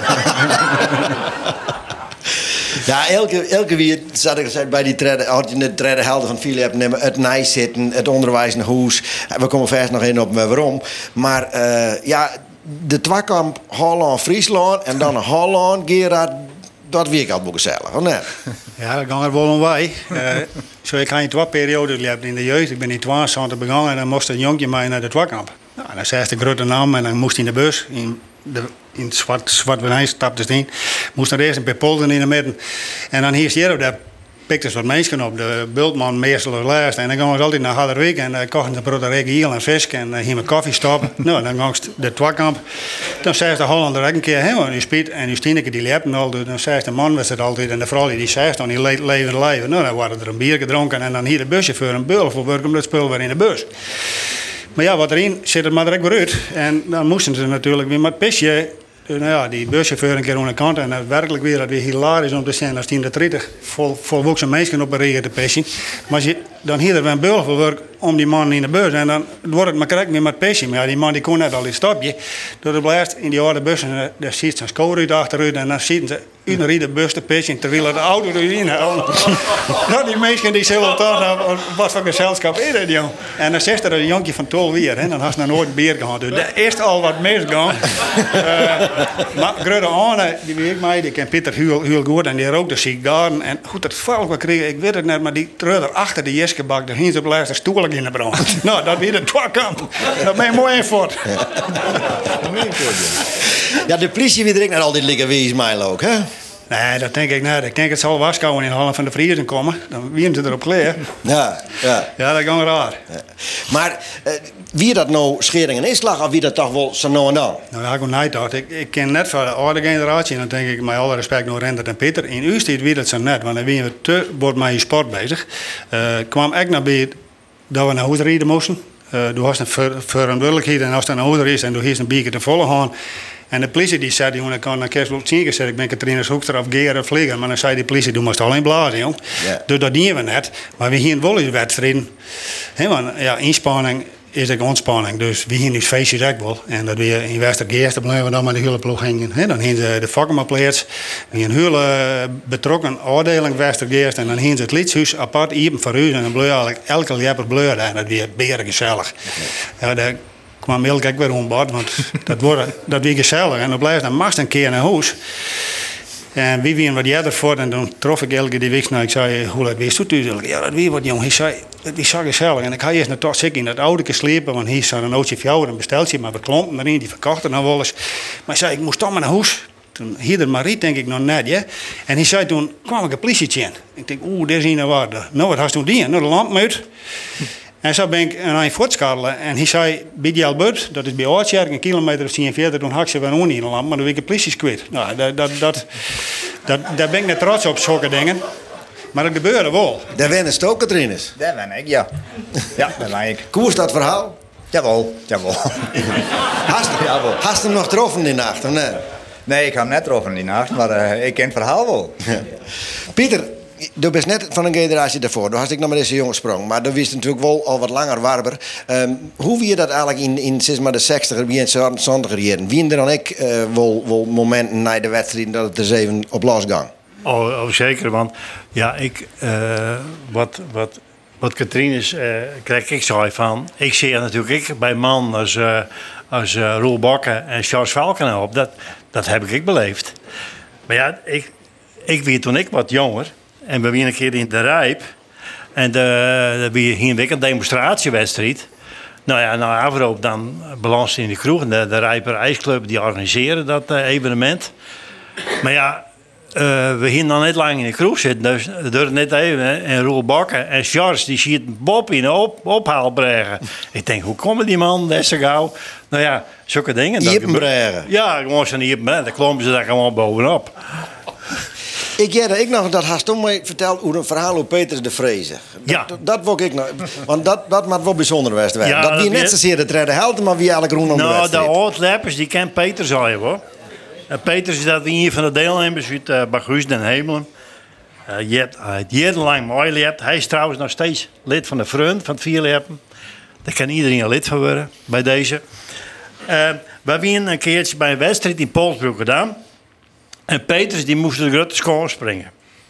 Ja, elke, elke wie zat ik gezegd bij die trede, had je de trede helden van Philip nemen, het nijs zitten, het onderwijs naar huis. We komen verder nog in op waarom. Maar uh, ja, de twakamp Holland-Friesland en dan Holland, Gerard, dat week al gezellig, of net? Ja, dat ging er wel om wij. Uh, zo, ik had een twee periodes in de jeugd. Ik ben in tweeëntwintig begonnen en dan moest een jongetje mee naar de twakamp. Nou, dan zei de grote naam en dan moest hij in de bus. In de, in het zwart, zwart venijn stapte ze in. Moest er eerst een paar polden in de midden. En dan hier hier op daar pikte ze wat mensen op. De bultman meestal als laatste. En dan gaan we altijd naar Harderwijk en dan uh, kochten ze brood en hiel en vis en uh, hier met koffie stoppen. Nou, dan ging ze de twakamp. Dan zei de Hollander ook een keer, hé, die Piet en die Stineke die liepen al. Dan zei de man was het altijd en de vrouw die zei dan die le leven leven. Nou, dan waren er een bier gedronken en dan hier de buschauffeur een beul voor werk om dat spul weer in de bus. Maar ja, wat erin zit het maar direct weer uit. En dan moesten ze natuurlijk weer met pisje. Nou ja, die buschauffeur een keer aan de kant. En het werkelijk weer dat weer hilarisch om te zien als die in de dertig vol, volwassen mensen op een regen te pissen. Maar als je, dan hier er een beul voor werk om die man in de bus. En dan wordt het maar correct meer met pissen. Maar ja, die man die kon net al in stapje. Door de blijft in die oude bussen, daar ziet zijn scootruit achteruit. En dan zitten ze uit de bus te pissen terwijl de auto erin houdt. Nou, die mensen die zullen toch wat voor gezelschap is dat, joh. En dan zegt er een jonkje van tolv weer. Hè. Dan had ze nog nooit bier gehad. Dus dat is al wat misgaan. uh, maar grote Anne, die weet mij, die ken Pieter heel, heel goed. En die rookte sigaren. En goed, dat valt wat kreeg ik weet het net. Maar die treude achter de jeskebak, daar ging ze op de laatste stoel in de brand. Nou, dat weer de twakamp. Dat ben je mooi in voort. Ja, de politie weer direct naar al dit liggen wees mij ook, hè? Nee, dat denk ik niet. Ik denk het zal waskouwen in de halve van de vriezen komen. Dan wieren ze erop klaar. Ja, ja. Ja, dat gaat raar. Ja. Maar uh, wie dat nou schering en inslag of wie dat toch wel zo nou en dan? Nou ja, ik heb dacht. Ik, ik ken net van de oude generatie. En dan denk ik met alle respect naar Rendert en Pieter. In uw tijd wie dat zo net. Want dan ben je te wordt met je sport bezig. Uh, kwam ik naar bij dat we naar huis rijden moesten. Uh, toen was een ver, verantwoordelijkheid. En als er naar huis is en toen is een beker te volle gaan. En de politie die zei, jongen, ik kan naar kerst op zien gezet. Ik ben Katrina's hoekster of geer of vliegen. Maar dan zei die politie, doe maar alleen blazen, jong. Ja. Dus dat doen we net. Maar we hier wel eens wedstrijden. He, want ja, inspanning is ook ontspanning. Dus we hier nu feestjes ook wel. En dat we in Westergeest, dan blijven we dan met de hele ploeg hingen. He, dan hebben ze de vakkenmaplaats. We hebben een hele betrokken afdeling Westergeest. En dan hebben ze het lidshuis apart even voor u. En dan blijven eigenlijk elke lepper bleuren. En dat weer beren gezellig. Ja, de, kwam heel gek weer ombord, want dat wordt dat weer gezellig. En dan blijft dan mast een keer naar huis. En wie weer wat jij ervoor en dan trof ik elke die week. Nou, ik zei, hoe laat wees het u? Ja, dat weer wat jong. Hij zei, het is zo gezellig. En ik ga eerst naar toch zeker in dat oude slepen, want hier staat een oudje voor jou en een besteltje, maar we klompen erin, die verkochten dan wel eens. Maar hij zei, ik moest toch maar naar huis. Toen hier de Marie denk ik nog net, ja. En hij zei, toen kwam ik een politietje in. Ik denk, oeh, daar is een waarde. Nou, wat had toen die? Nou, de lamp uit. En zo ben ik een eind voortschadelen. En hij zei, bij die Albert, dat is bij Oortjerk, een kilometer of tien verder, toen had ze wel niet in de lamp, maar dan ben ik de politie kwijt. Nou, dat, dat, dat, dat, daar ben ik net trots op, zulke dingen. Maar dat gebeurde wel. Daar wennen ze ook, Katrines. Daar ben ik, ja. Ja, daar ben ik. Hoe is dat verhaal? Jawel, jawel. Hast je hem nog getroffen die nacht, of nee? Nee, ik heb hem net getroffen die nacht, maar uh, ik ken het verhaal wel. Ja. Pieter, je bent net van een generatie daarvoor. Toen had ik nog maar deze jongen sprong. Maar dan wist natuurlijk wel al wat langer warmer. Um, hoe wie je dat eigenlijk in, in zeg maar de zestiger, wie in de zestiger jaren? Wie er dan ik uh, wel, wel momenten na de wedstrijd dat het er eens even op losgang? Oh, oh, zeker, want ja, ik, uh, wat, wat, wat Katrines uh, krijg ik zo van. Ik zie natuurlijk ik bij man als, uh, als uh, Roel Bakker en Charles Valkenau op. Dat, dat heb ik beleefd. Maar ja, ik, ik weet toen ik wat jonger. En we waren een keer in de Rijp. En de, we hier een week een demonstratiewedstrijd. Nou ja, na afloop dan balans in de kroeg. De, de Rijper IJsclub die organiseren dat uh, evenement. Maar ja, uh, we gingen dan net lang in de kroeg zitten. Dus dat duurde net even. Hè. En Roel Bakker en Charles die ziet Bob in op, ophaalbregen. Ik denk, hoe komen die man deze gauw? Nou ja, zulke dingen. Iepenbregen. Ja, gewoon zo'n iepenbregen. Dan klommen ze daar gewoon bovenop. Ik jij ik nog, dat had toen mij verteld hoe een verhaal over Peters de Vrezen. Dat, ja. dat, dat wou ik nog. Want dat, dat moet wel bijzonder geweest zijn. Ja, dat wie dat net zozeer de derde helden, maar wie eigenlijk groen om de wedstrijd. Nou, de oud-leppers die kent Peters al hoor. Uh, Peters is dat een van de deelnemers uit uh, Baguus den Hemelen. Uh, je hebt uh, jarenlang mooi geleerd. Hij is trouwens nog steeds lid van de Front van het Vierleppen. Daar kan iedereen een lid van worden bij deze. Uh, we hebben een keertje bij een wedstrijd in Polsbroek gedaan. En Peters die moest de grote schoon springen.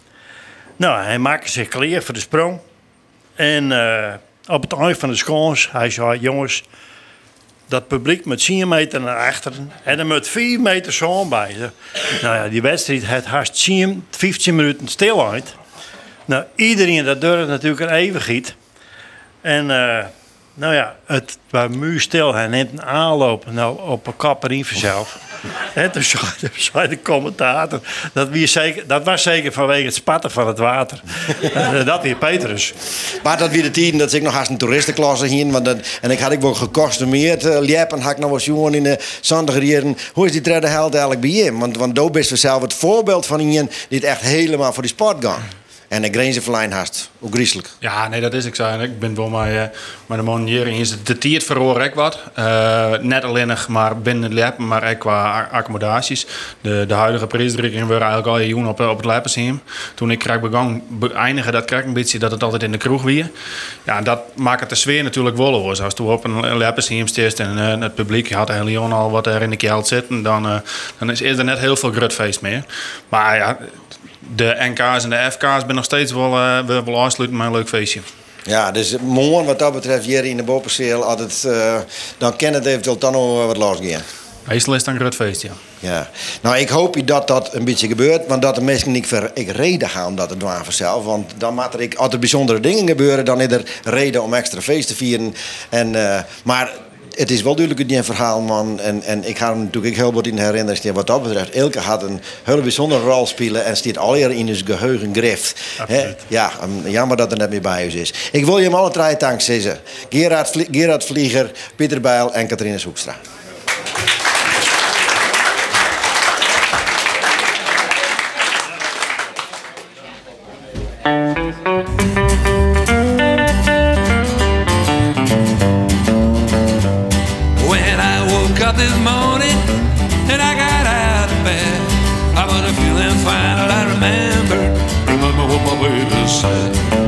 Nou, hij maakte zich klaar voor de sprong. En uh, op het eind van de schoons, hij zei, jongens, dat publiek met tien meter naar achteren en er moet vier meter schoon bij. Nou ja, die wedstrijd had haast tien, vijftien minuten stil uit. Nou, iedereen dat durfde natuurlijk een eeuwigheid. En uh, nou ja, het was muurstil. Hij neemt een aanloop nou, op een kapper in vanzelf. En toen zei, zei de commentator, dat, zeker, dat was zeker vanwege het spatten van het water. Dat weer Petrus. Maar dat weer de tijden dat ik nog haast een toeristenklasse ging. Want dat, en ik had ik wel gekostumeerd. Uh, Liepen had ik nog eens jongen in de zandige jaren. Hoe is die derde held eigenlijk bij je? Want, want daar best zelf het voorbeeld van iemand die het echt helemaal voor die sport gaat. En de grenzenverlijn haast. Hoe griezelig. Ja, nee, dat is ik zo. Ik ben wel maar, uh, maar de man hier is de tiert verhoor ik wat. Uh, net alleen nog maar binnen het Leppen, maar ook qua accommodaties. De, de huidige prijsdrukking waren eigenlijk al jaren op, op het Leppenshiem. Toen ik krijg begon beëindigen, dat krijg ik een beetje dat het altijd in de kroeg weer. Ja, dat maakt het de sfeer natuurlijk wel hoor. Als toen op een Leppenshiem staat en uh, het publiek had een heel al wat er in de keld zitten, dan, uh, dan is, is er net heel veel grutfeest meer. Maar ja, de N K's en de F K's ben nog steeds wel, uh, wel aansluiten met een leuk feestje. Ja, dus morgen wat dat betreft hier in de Bopperseel, altijd, uh, dan kan het eventueel dan nog wat losgaan. Meestal is het een groot feest, ja. Ja. Nou, ik hoop dat dat een beetje gebeurt, want dat de mensen niet ver ik reden gaan dat het doen vanzelf. Want dan moet er, ik, als er bijzondere dingen gebeuren, dan is er reden om extra feest te vieren. En, uh, maar het is wel duidelijk een verhaal, man. En, en ik ga hem natuurlijk heel wat in herinneren. Wat dat betreft, Elke had een hele bijzondere rol spelen en stiet al in zijn geheugen greft. Ja, jammer dat er net meer bij ons is. Ik wil je hem alle drie dankzeggen. Gerard, Vlie- Gerard Vlieger, Pieter Bijl en Catharina Hoekstra. When I woke up this morning and I got out of bed, I wasn't feeling fine. And I remember, remember what my baby said.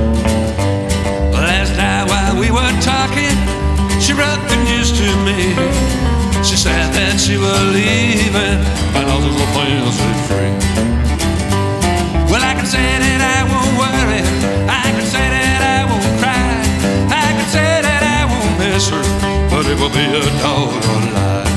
Last night while we were talking, she brought the news to me. She said that she was leaving and all those little plans were free. Well, I can say that I won't worry. I can say that I won't cry. I can say that I won't miss her, but it will be a doggone lie.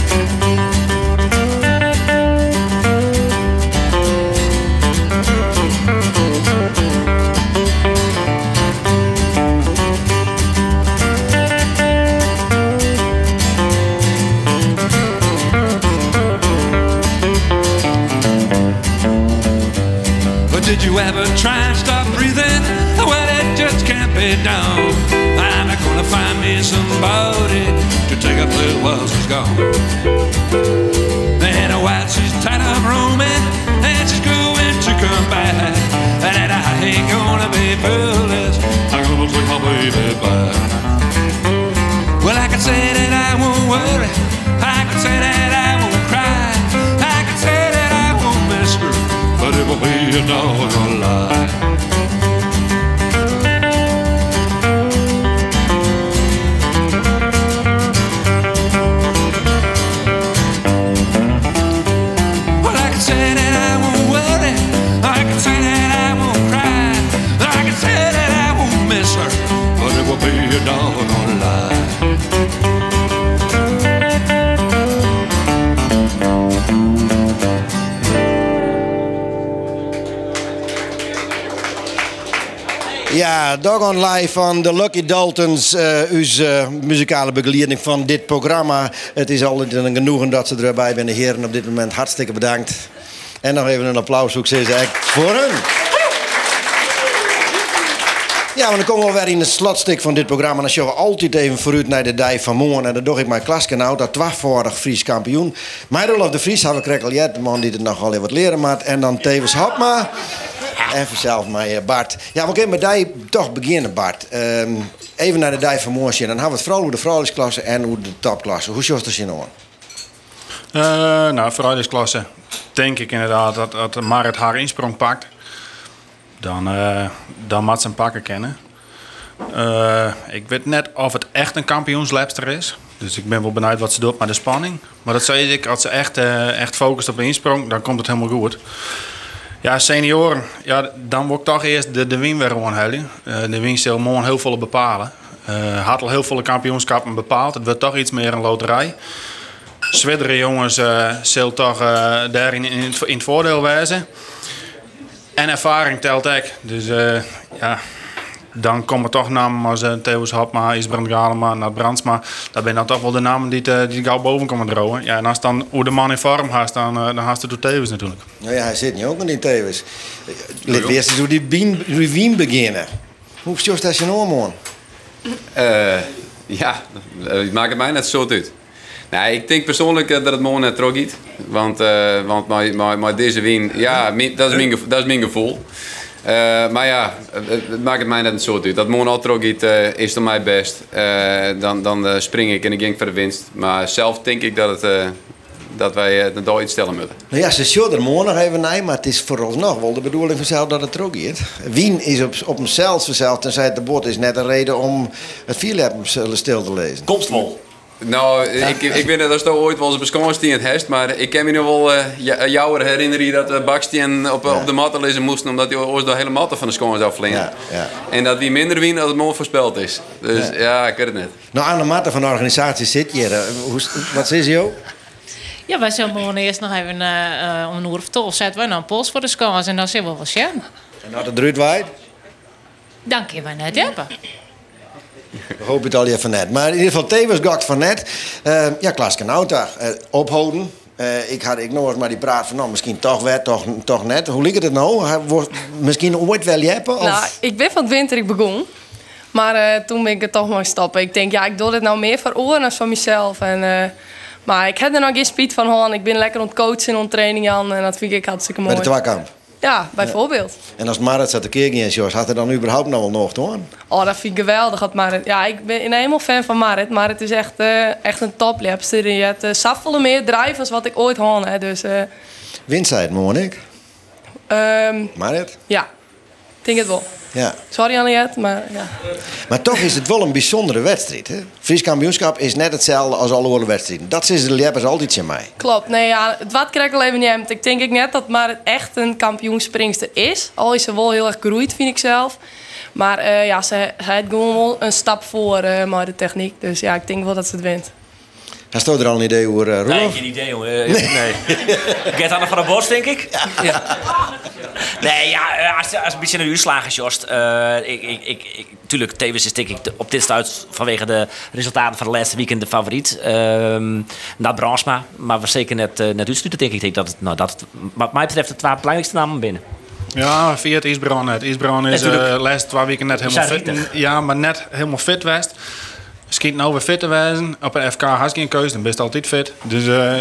But did you ever try and stop breathing? Well, it just can't be done. I'm not gonna find me somebody to take a place while she's gone. And while she's tired of roaming, and she's going to come back, and I ain't gonna be foolish, I'm gonna take my baby back. Well, I can say that I won't worry, I can say that I won't cry, I can say that I won't miss her, but it will be a doggone lie. Well, I can say that I won't worry, I can say that I won't cry, I can say that I won't miss her, but it will be a doggone lie. Ja, Doggone Live van de Lucky Daltons, uh, uw uh, muzikale begeleiding van dit programma. Het is altijd een genoegen dat ze erbij zijn. De heren op dit moment hartstikke bedankt. En nog even een applaus, succes eigenlijk voor hun. Ja, maar dan komen we weer in het slotstuk van dit programma. Dan gaan we altijd even vooruit naar de dag van morgen. En dan doe ik mijn klasje nou, dat tweevoudig Fries kampioen. Mijn Rolf de Vries hebben we krekkel, de man die het nog wel even wat leren maakt. En dan tevens Hopma. En vanzelf mij Bart. Ja, we kunnen met die toch beginnen, Bart. Um, even naar de dag van morgen. Dan hebben we het vooral over de vrouwelijksklasse en over de topklasse. Hoe zoals dat zin hoor? Uh, nou, vrouwelijksklasse denk ik inderdaad dat, dat Marit haar insprong pakt. Dan, uh, dan moet ze hem pakken kennen. Uh, ik weet net of het echt een kampioenslepster is. Dus ik ben wel benieuwd wat ze doet met de spanning. Maar dat zei ik, als ze echt, uh, echt focust op de insprong, dan komt het helemaal goed. Ja, senioren, ja, dan wordt toch eerst de, de win weer gewoon halen. Uh, de win zal morgen heel veel bepalen. Uh, had al heel veel kampioenschappen bepaald. Het wordt toch iets meer een loterij. Zwiddere jongens uh, zullen toch uh, daarin in, in, in het voordeel wijzen. En ervaring telt ook. Dus uh, ja, dan komen toch namen als uh, Theus Hopma, Isbrand Galema, Nat Brandsma. Dat zijn dan toch wel de namen die, uh, die gauw boven komen drogen. Ja, en als dan hoe de man in vorm gaat, dan, uh, dan haast het door Theus natuurlijk. Nou ja, hij zit niet ook nog in Theus. Laten we eerst eens hoe die wien, die wien beginnen. Hoe is dat je nou, man? Uh, ja, het maakt het mij net zo uit. Nou, ik denk persoonlijk uh, dat het morgen net terug gaat. Want, uh, want maar, maar, maar deze win, ja, dat is mijn, dat is mijn gevoel. Uh, maar ja, het, het maakt het mij net zo uit. Dat morgen al terug gaat, uh, is voor mij best. Uh, dan dan uh, spring ik en ik ging voor de winst. Maar zelf denk ik dat, het, uh, dat wij uh, daar iets stellen moeten. Nou ja, ze zullen er morgen nog even naar, maar het is vooralsnog wel de bedoeling vanzelf dat het terug gaat. Wien is op, op hemzelf vanzelf, tenzij het de bot is net een reden om het vierleppen stil te lezen. Komstwol. Nou, ik, ik weet dat er ooit wel eens beschouwd in het hest, maar ik kan me nog wel uh, jou herinneren dat we Bakstien op, ja. op de matten lezen moesten, omdat hij ooit de hele matten van de schoons afvliegen. Ja, ja. En dat wie minder wien als het morgen voorspeld is. Dus ja, ja ik weet het niet. Nou, aan de matten van de organisatie zit je. Hoe, wat is je? Ja, wij zullen morgen eerst nog even uh, om een uur of twaalf zetten we naar een pols voor de schoons en dan zien we wel zien. En dat het eruit waait? Dan kunnen we net hebben. We hopen het al even net. Maar in ieder geval, Tevens gakt van net. Uh, ja, Klaas Nauta, uh, ophouden. Uh, ik had ik nog eens maar die praat van, nou, misschien toch wel, toch, toch net. Hoe ligt het nou? Hij wordt misschien ooit wel jeppen? Of? Nou, ik ben van het winter ik begon. Maar uh, toen ben ik er toch maar stoppen. Ik denk, ja, ik doe dit nou meer voor oren dan voor mezelf. En, uh, maar ik heb er nog geen spijt van, hoor. Ik ben lekker aan het coachen en trainen aan. En dat vind ik hartstikke mooi. Bij de twakamp? Ja, bijvoorbeeld. Ja. En als Marit zat de keer in, Jos, had hij dan überhaupt nog wel nog, hoor? Oh, dat vind ik geweldig. Dat Marit, ja, ik ben helemaal fan van Marit. Marit is echt, uh, echt een toplapster. Je hebt uh, zoveel meer drivers wat ik ooit had. Hè. Dus, uh, wint zij het, Monik? Um, Marit? Ja, ik denk het wel. Ja. Sorry Anniet, maar ja. Maar toch is het wel een bijzondere wedstrijd. Hè? Fries kampioenschap is net hetzelfde als alle andere wedstrijden. Dat is de Liepers altijd in mij. Klopt, nee, ja, het wat krijg ik al even niet aan. Ik denk ik net dat maar het echt een kampioenspringster is. Al is ze wel heel erg gegroeid, vind ik zelf. Maar uh, ja, ze heeft gewoon wel een stap voor uh, maar de techniek. Dus ja, ik denk wel dat ze het wint. Hast je er al een idee over, uh, Roelof? Nee, geen idee, jongen. Uh, nee. nee. Get aan de van de Bos, denk ik. Ja. Ja. Nee, ja, als, als een beetje naar de uitslagen, Jost. Uh, ik, ik, ik, ik, tuurlijk, Tevens is denk ik op dit stuit vanwege de resultaten van de laatste weekend de favoriet. Uh, na Brandsma, maar we zeker net, uh, net uitsturen, denk ik. Ik denk dat het, nou, dat het, wat mij betreft, de twee belangrijkste namen binnen. Ja, via het Isbron net. Isbron is de uh, laatste twee weken net helemaal fit. Ja, maar net helemaal fit geweest. Schiet nou weer fit te wijzen. Op een F K had je geen keuze, dan ben je altijd fit. Dus uh,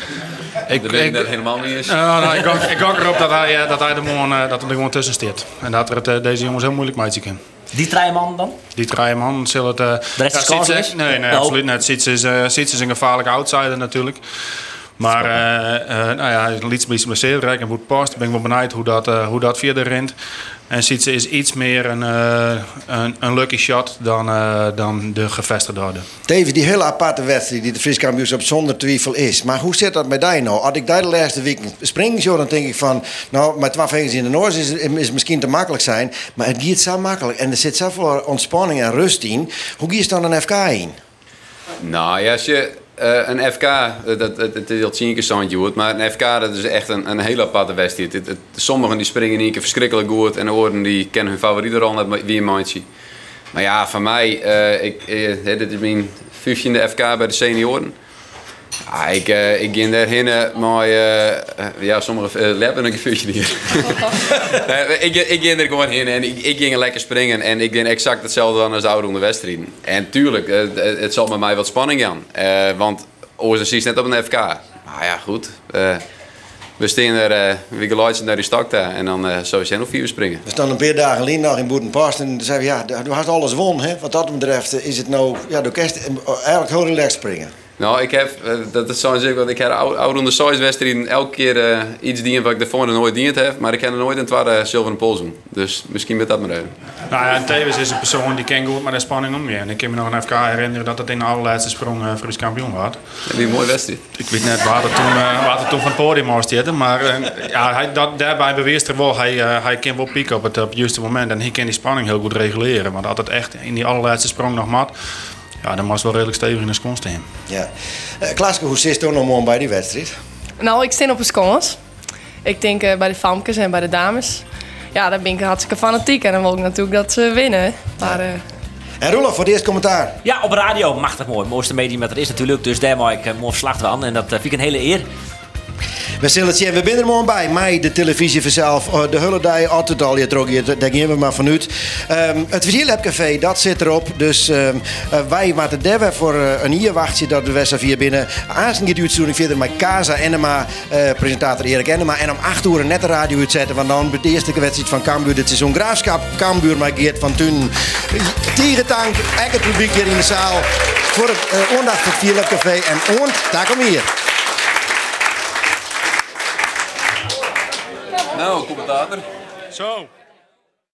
ik weet ik dat helemaal niet is. Uh, nou, ik gok, ik gok erop dat hij, dat hij er gewoon, uh, dat er gewoon tussen staat. En dat er het, uh, deze jongens heel moeilijk mee kunnen. Die drie man dan? Die drie man zullen het. Uh, de rest ja, is Sietse, Nee, nee, no. absoluut niet. Sietse is, uh, Sietse is een gevaarlijke outsider natuurlijk. Maar uh, uh, nou ja, hij is een iets geblesseerd, en goed past. Ik ben wel benieuwd hoe dat, uh, hoe dat verder rent. En Sietse is iets meer een, uh, een, een lucky shot dan, uh, dan de gevestigde orde. Tevens, die hele aparte wedstrijd die de Fries kampioenschap zonder twijfel is. Maar hoe zit dat met jou nou? Als ik daar de laatste week spring, zo, dan denk ik van... Nou, met twee vingers in de noord is, is het misschien te makkelijk zijn. Maar het gaat zo makkelijk. En er zit zoveel ontspanning en rust in. Hoe ga je dan een F K in? Nou ja, als je... Uh, een F K, dat, dat, het is al tien keer zo'n goed, maar een F K dat is echt een, een hele aparte wedstrijd. Het, het, sommigen die springen in één keer verschrikkelijk goed en de anderen die kennen hun favoriete rol net wie een maandje. Maar ja, voor mij, uh, ik, uh, dit is mijn vijftiende F K bij de senioren. Ah, ik, uh, ik ging daarheen, maar uh, ja, sommige uh, leppen een vuurtje hier. uh, ik, ik ging er gewoon heen en ik, ik ging lekker springen en ik deed exact hetzelfde als de oude wedstrijden. En tuurlijk, uh, het zal met mij wat spanning aan, uh, want Oors is net op een F K. Maar ja, goed. Uh, we staan er, uh, we geluiden naar die stak daar en dan uh, zou je nog vier springen. We staan een paar dagen geleden nog in Boetenpast en zeiden we, ja, du hast alles won, hè? Wat dat betreft is het nou, ja, du kerst eigenlijk heel relaxed springen. Nou, ik heb, dat is zo zeker, want ik heb oude ronde size-wedstrijden elke keer uh, iets dienen wat ik daarvoor nog nooit diend heb, maar ik heb er nooit een tweede zilveren pols doen. Dus misschien met dat maar even. Nou ja, Tevens is een persoon die kan goed met de spanning omgaan. En ik kan me nog een F K herinneren dat het in de allerlaatste sprong uh, Fries kampioen was. Ja, die een mooie wedstrijd. Ik weet net waar het toen, uh, waar het toen van het podium was zitten, maar uh, ja, hij, dat, daarbij beweert er wel, hij, uh, hij kan wel pieken op het, op het juiste moment en hij kan die spanning heel goed reguleren. Maar dat het echt in die allerlaatste sprong nog mat. Ja, dan was wel redelijk stevig in de skons staan. Ja. Uh, Klaaske, hoe zit je nog mooi bij die wedstrijd? Nou, ik sta op een skons. Ik denk uh, bij de famkes en bij de dames. Ja, daar ben ik hartstikke fanatiek. En dan wil ik natuurlijk dat ze winnen. Maar, uh... En Roelof, voor het eerste commentaar. Ja, op radio. Machtig mooi. Mooiste medium dat er is natuurlijk. Dus daar mag ik uh, mooi verslag van. En dat uh, vind ik een hele eer. We zullen het zien. We zijn er morgen bij. Mij, de televisie vanzelf. De hele dag, altijd al. Daar gaan we maar vanuit. Um, het Vierlepcafé, dat zit erop. Dus um, uh, wij maken daar voor uh, een hier wachtje dat de wedstrijd hier binnen. Aanstaan gaat u uitzoeken verder met Kaza Enema, uh, presentator Erik Enema. En om acht uur net de radio uitzetten. Want dan de eerste wedstrijd van Cambuur. Dit seizoen Graafschap. Cambuur met Geert van Thun. Tierentank. Ek het publiek hier in de zaal. Voor het uh, aandacht voor het Vierlepcafé. En oont, daar kom hier. Nou, commentator. Zo.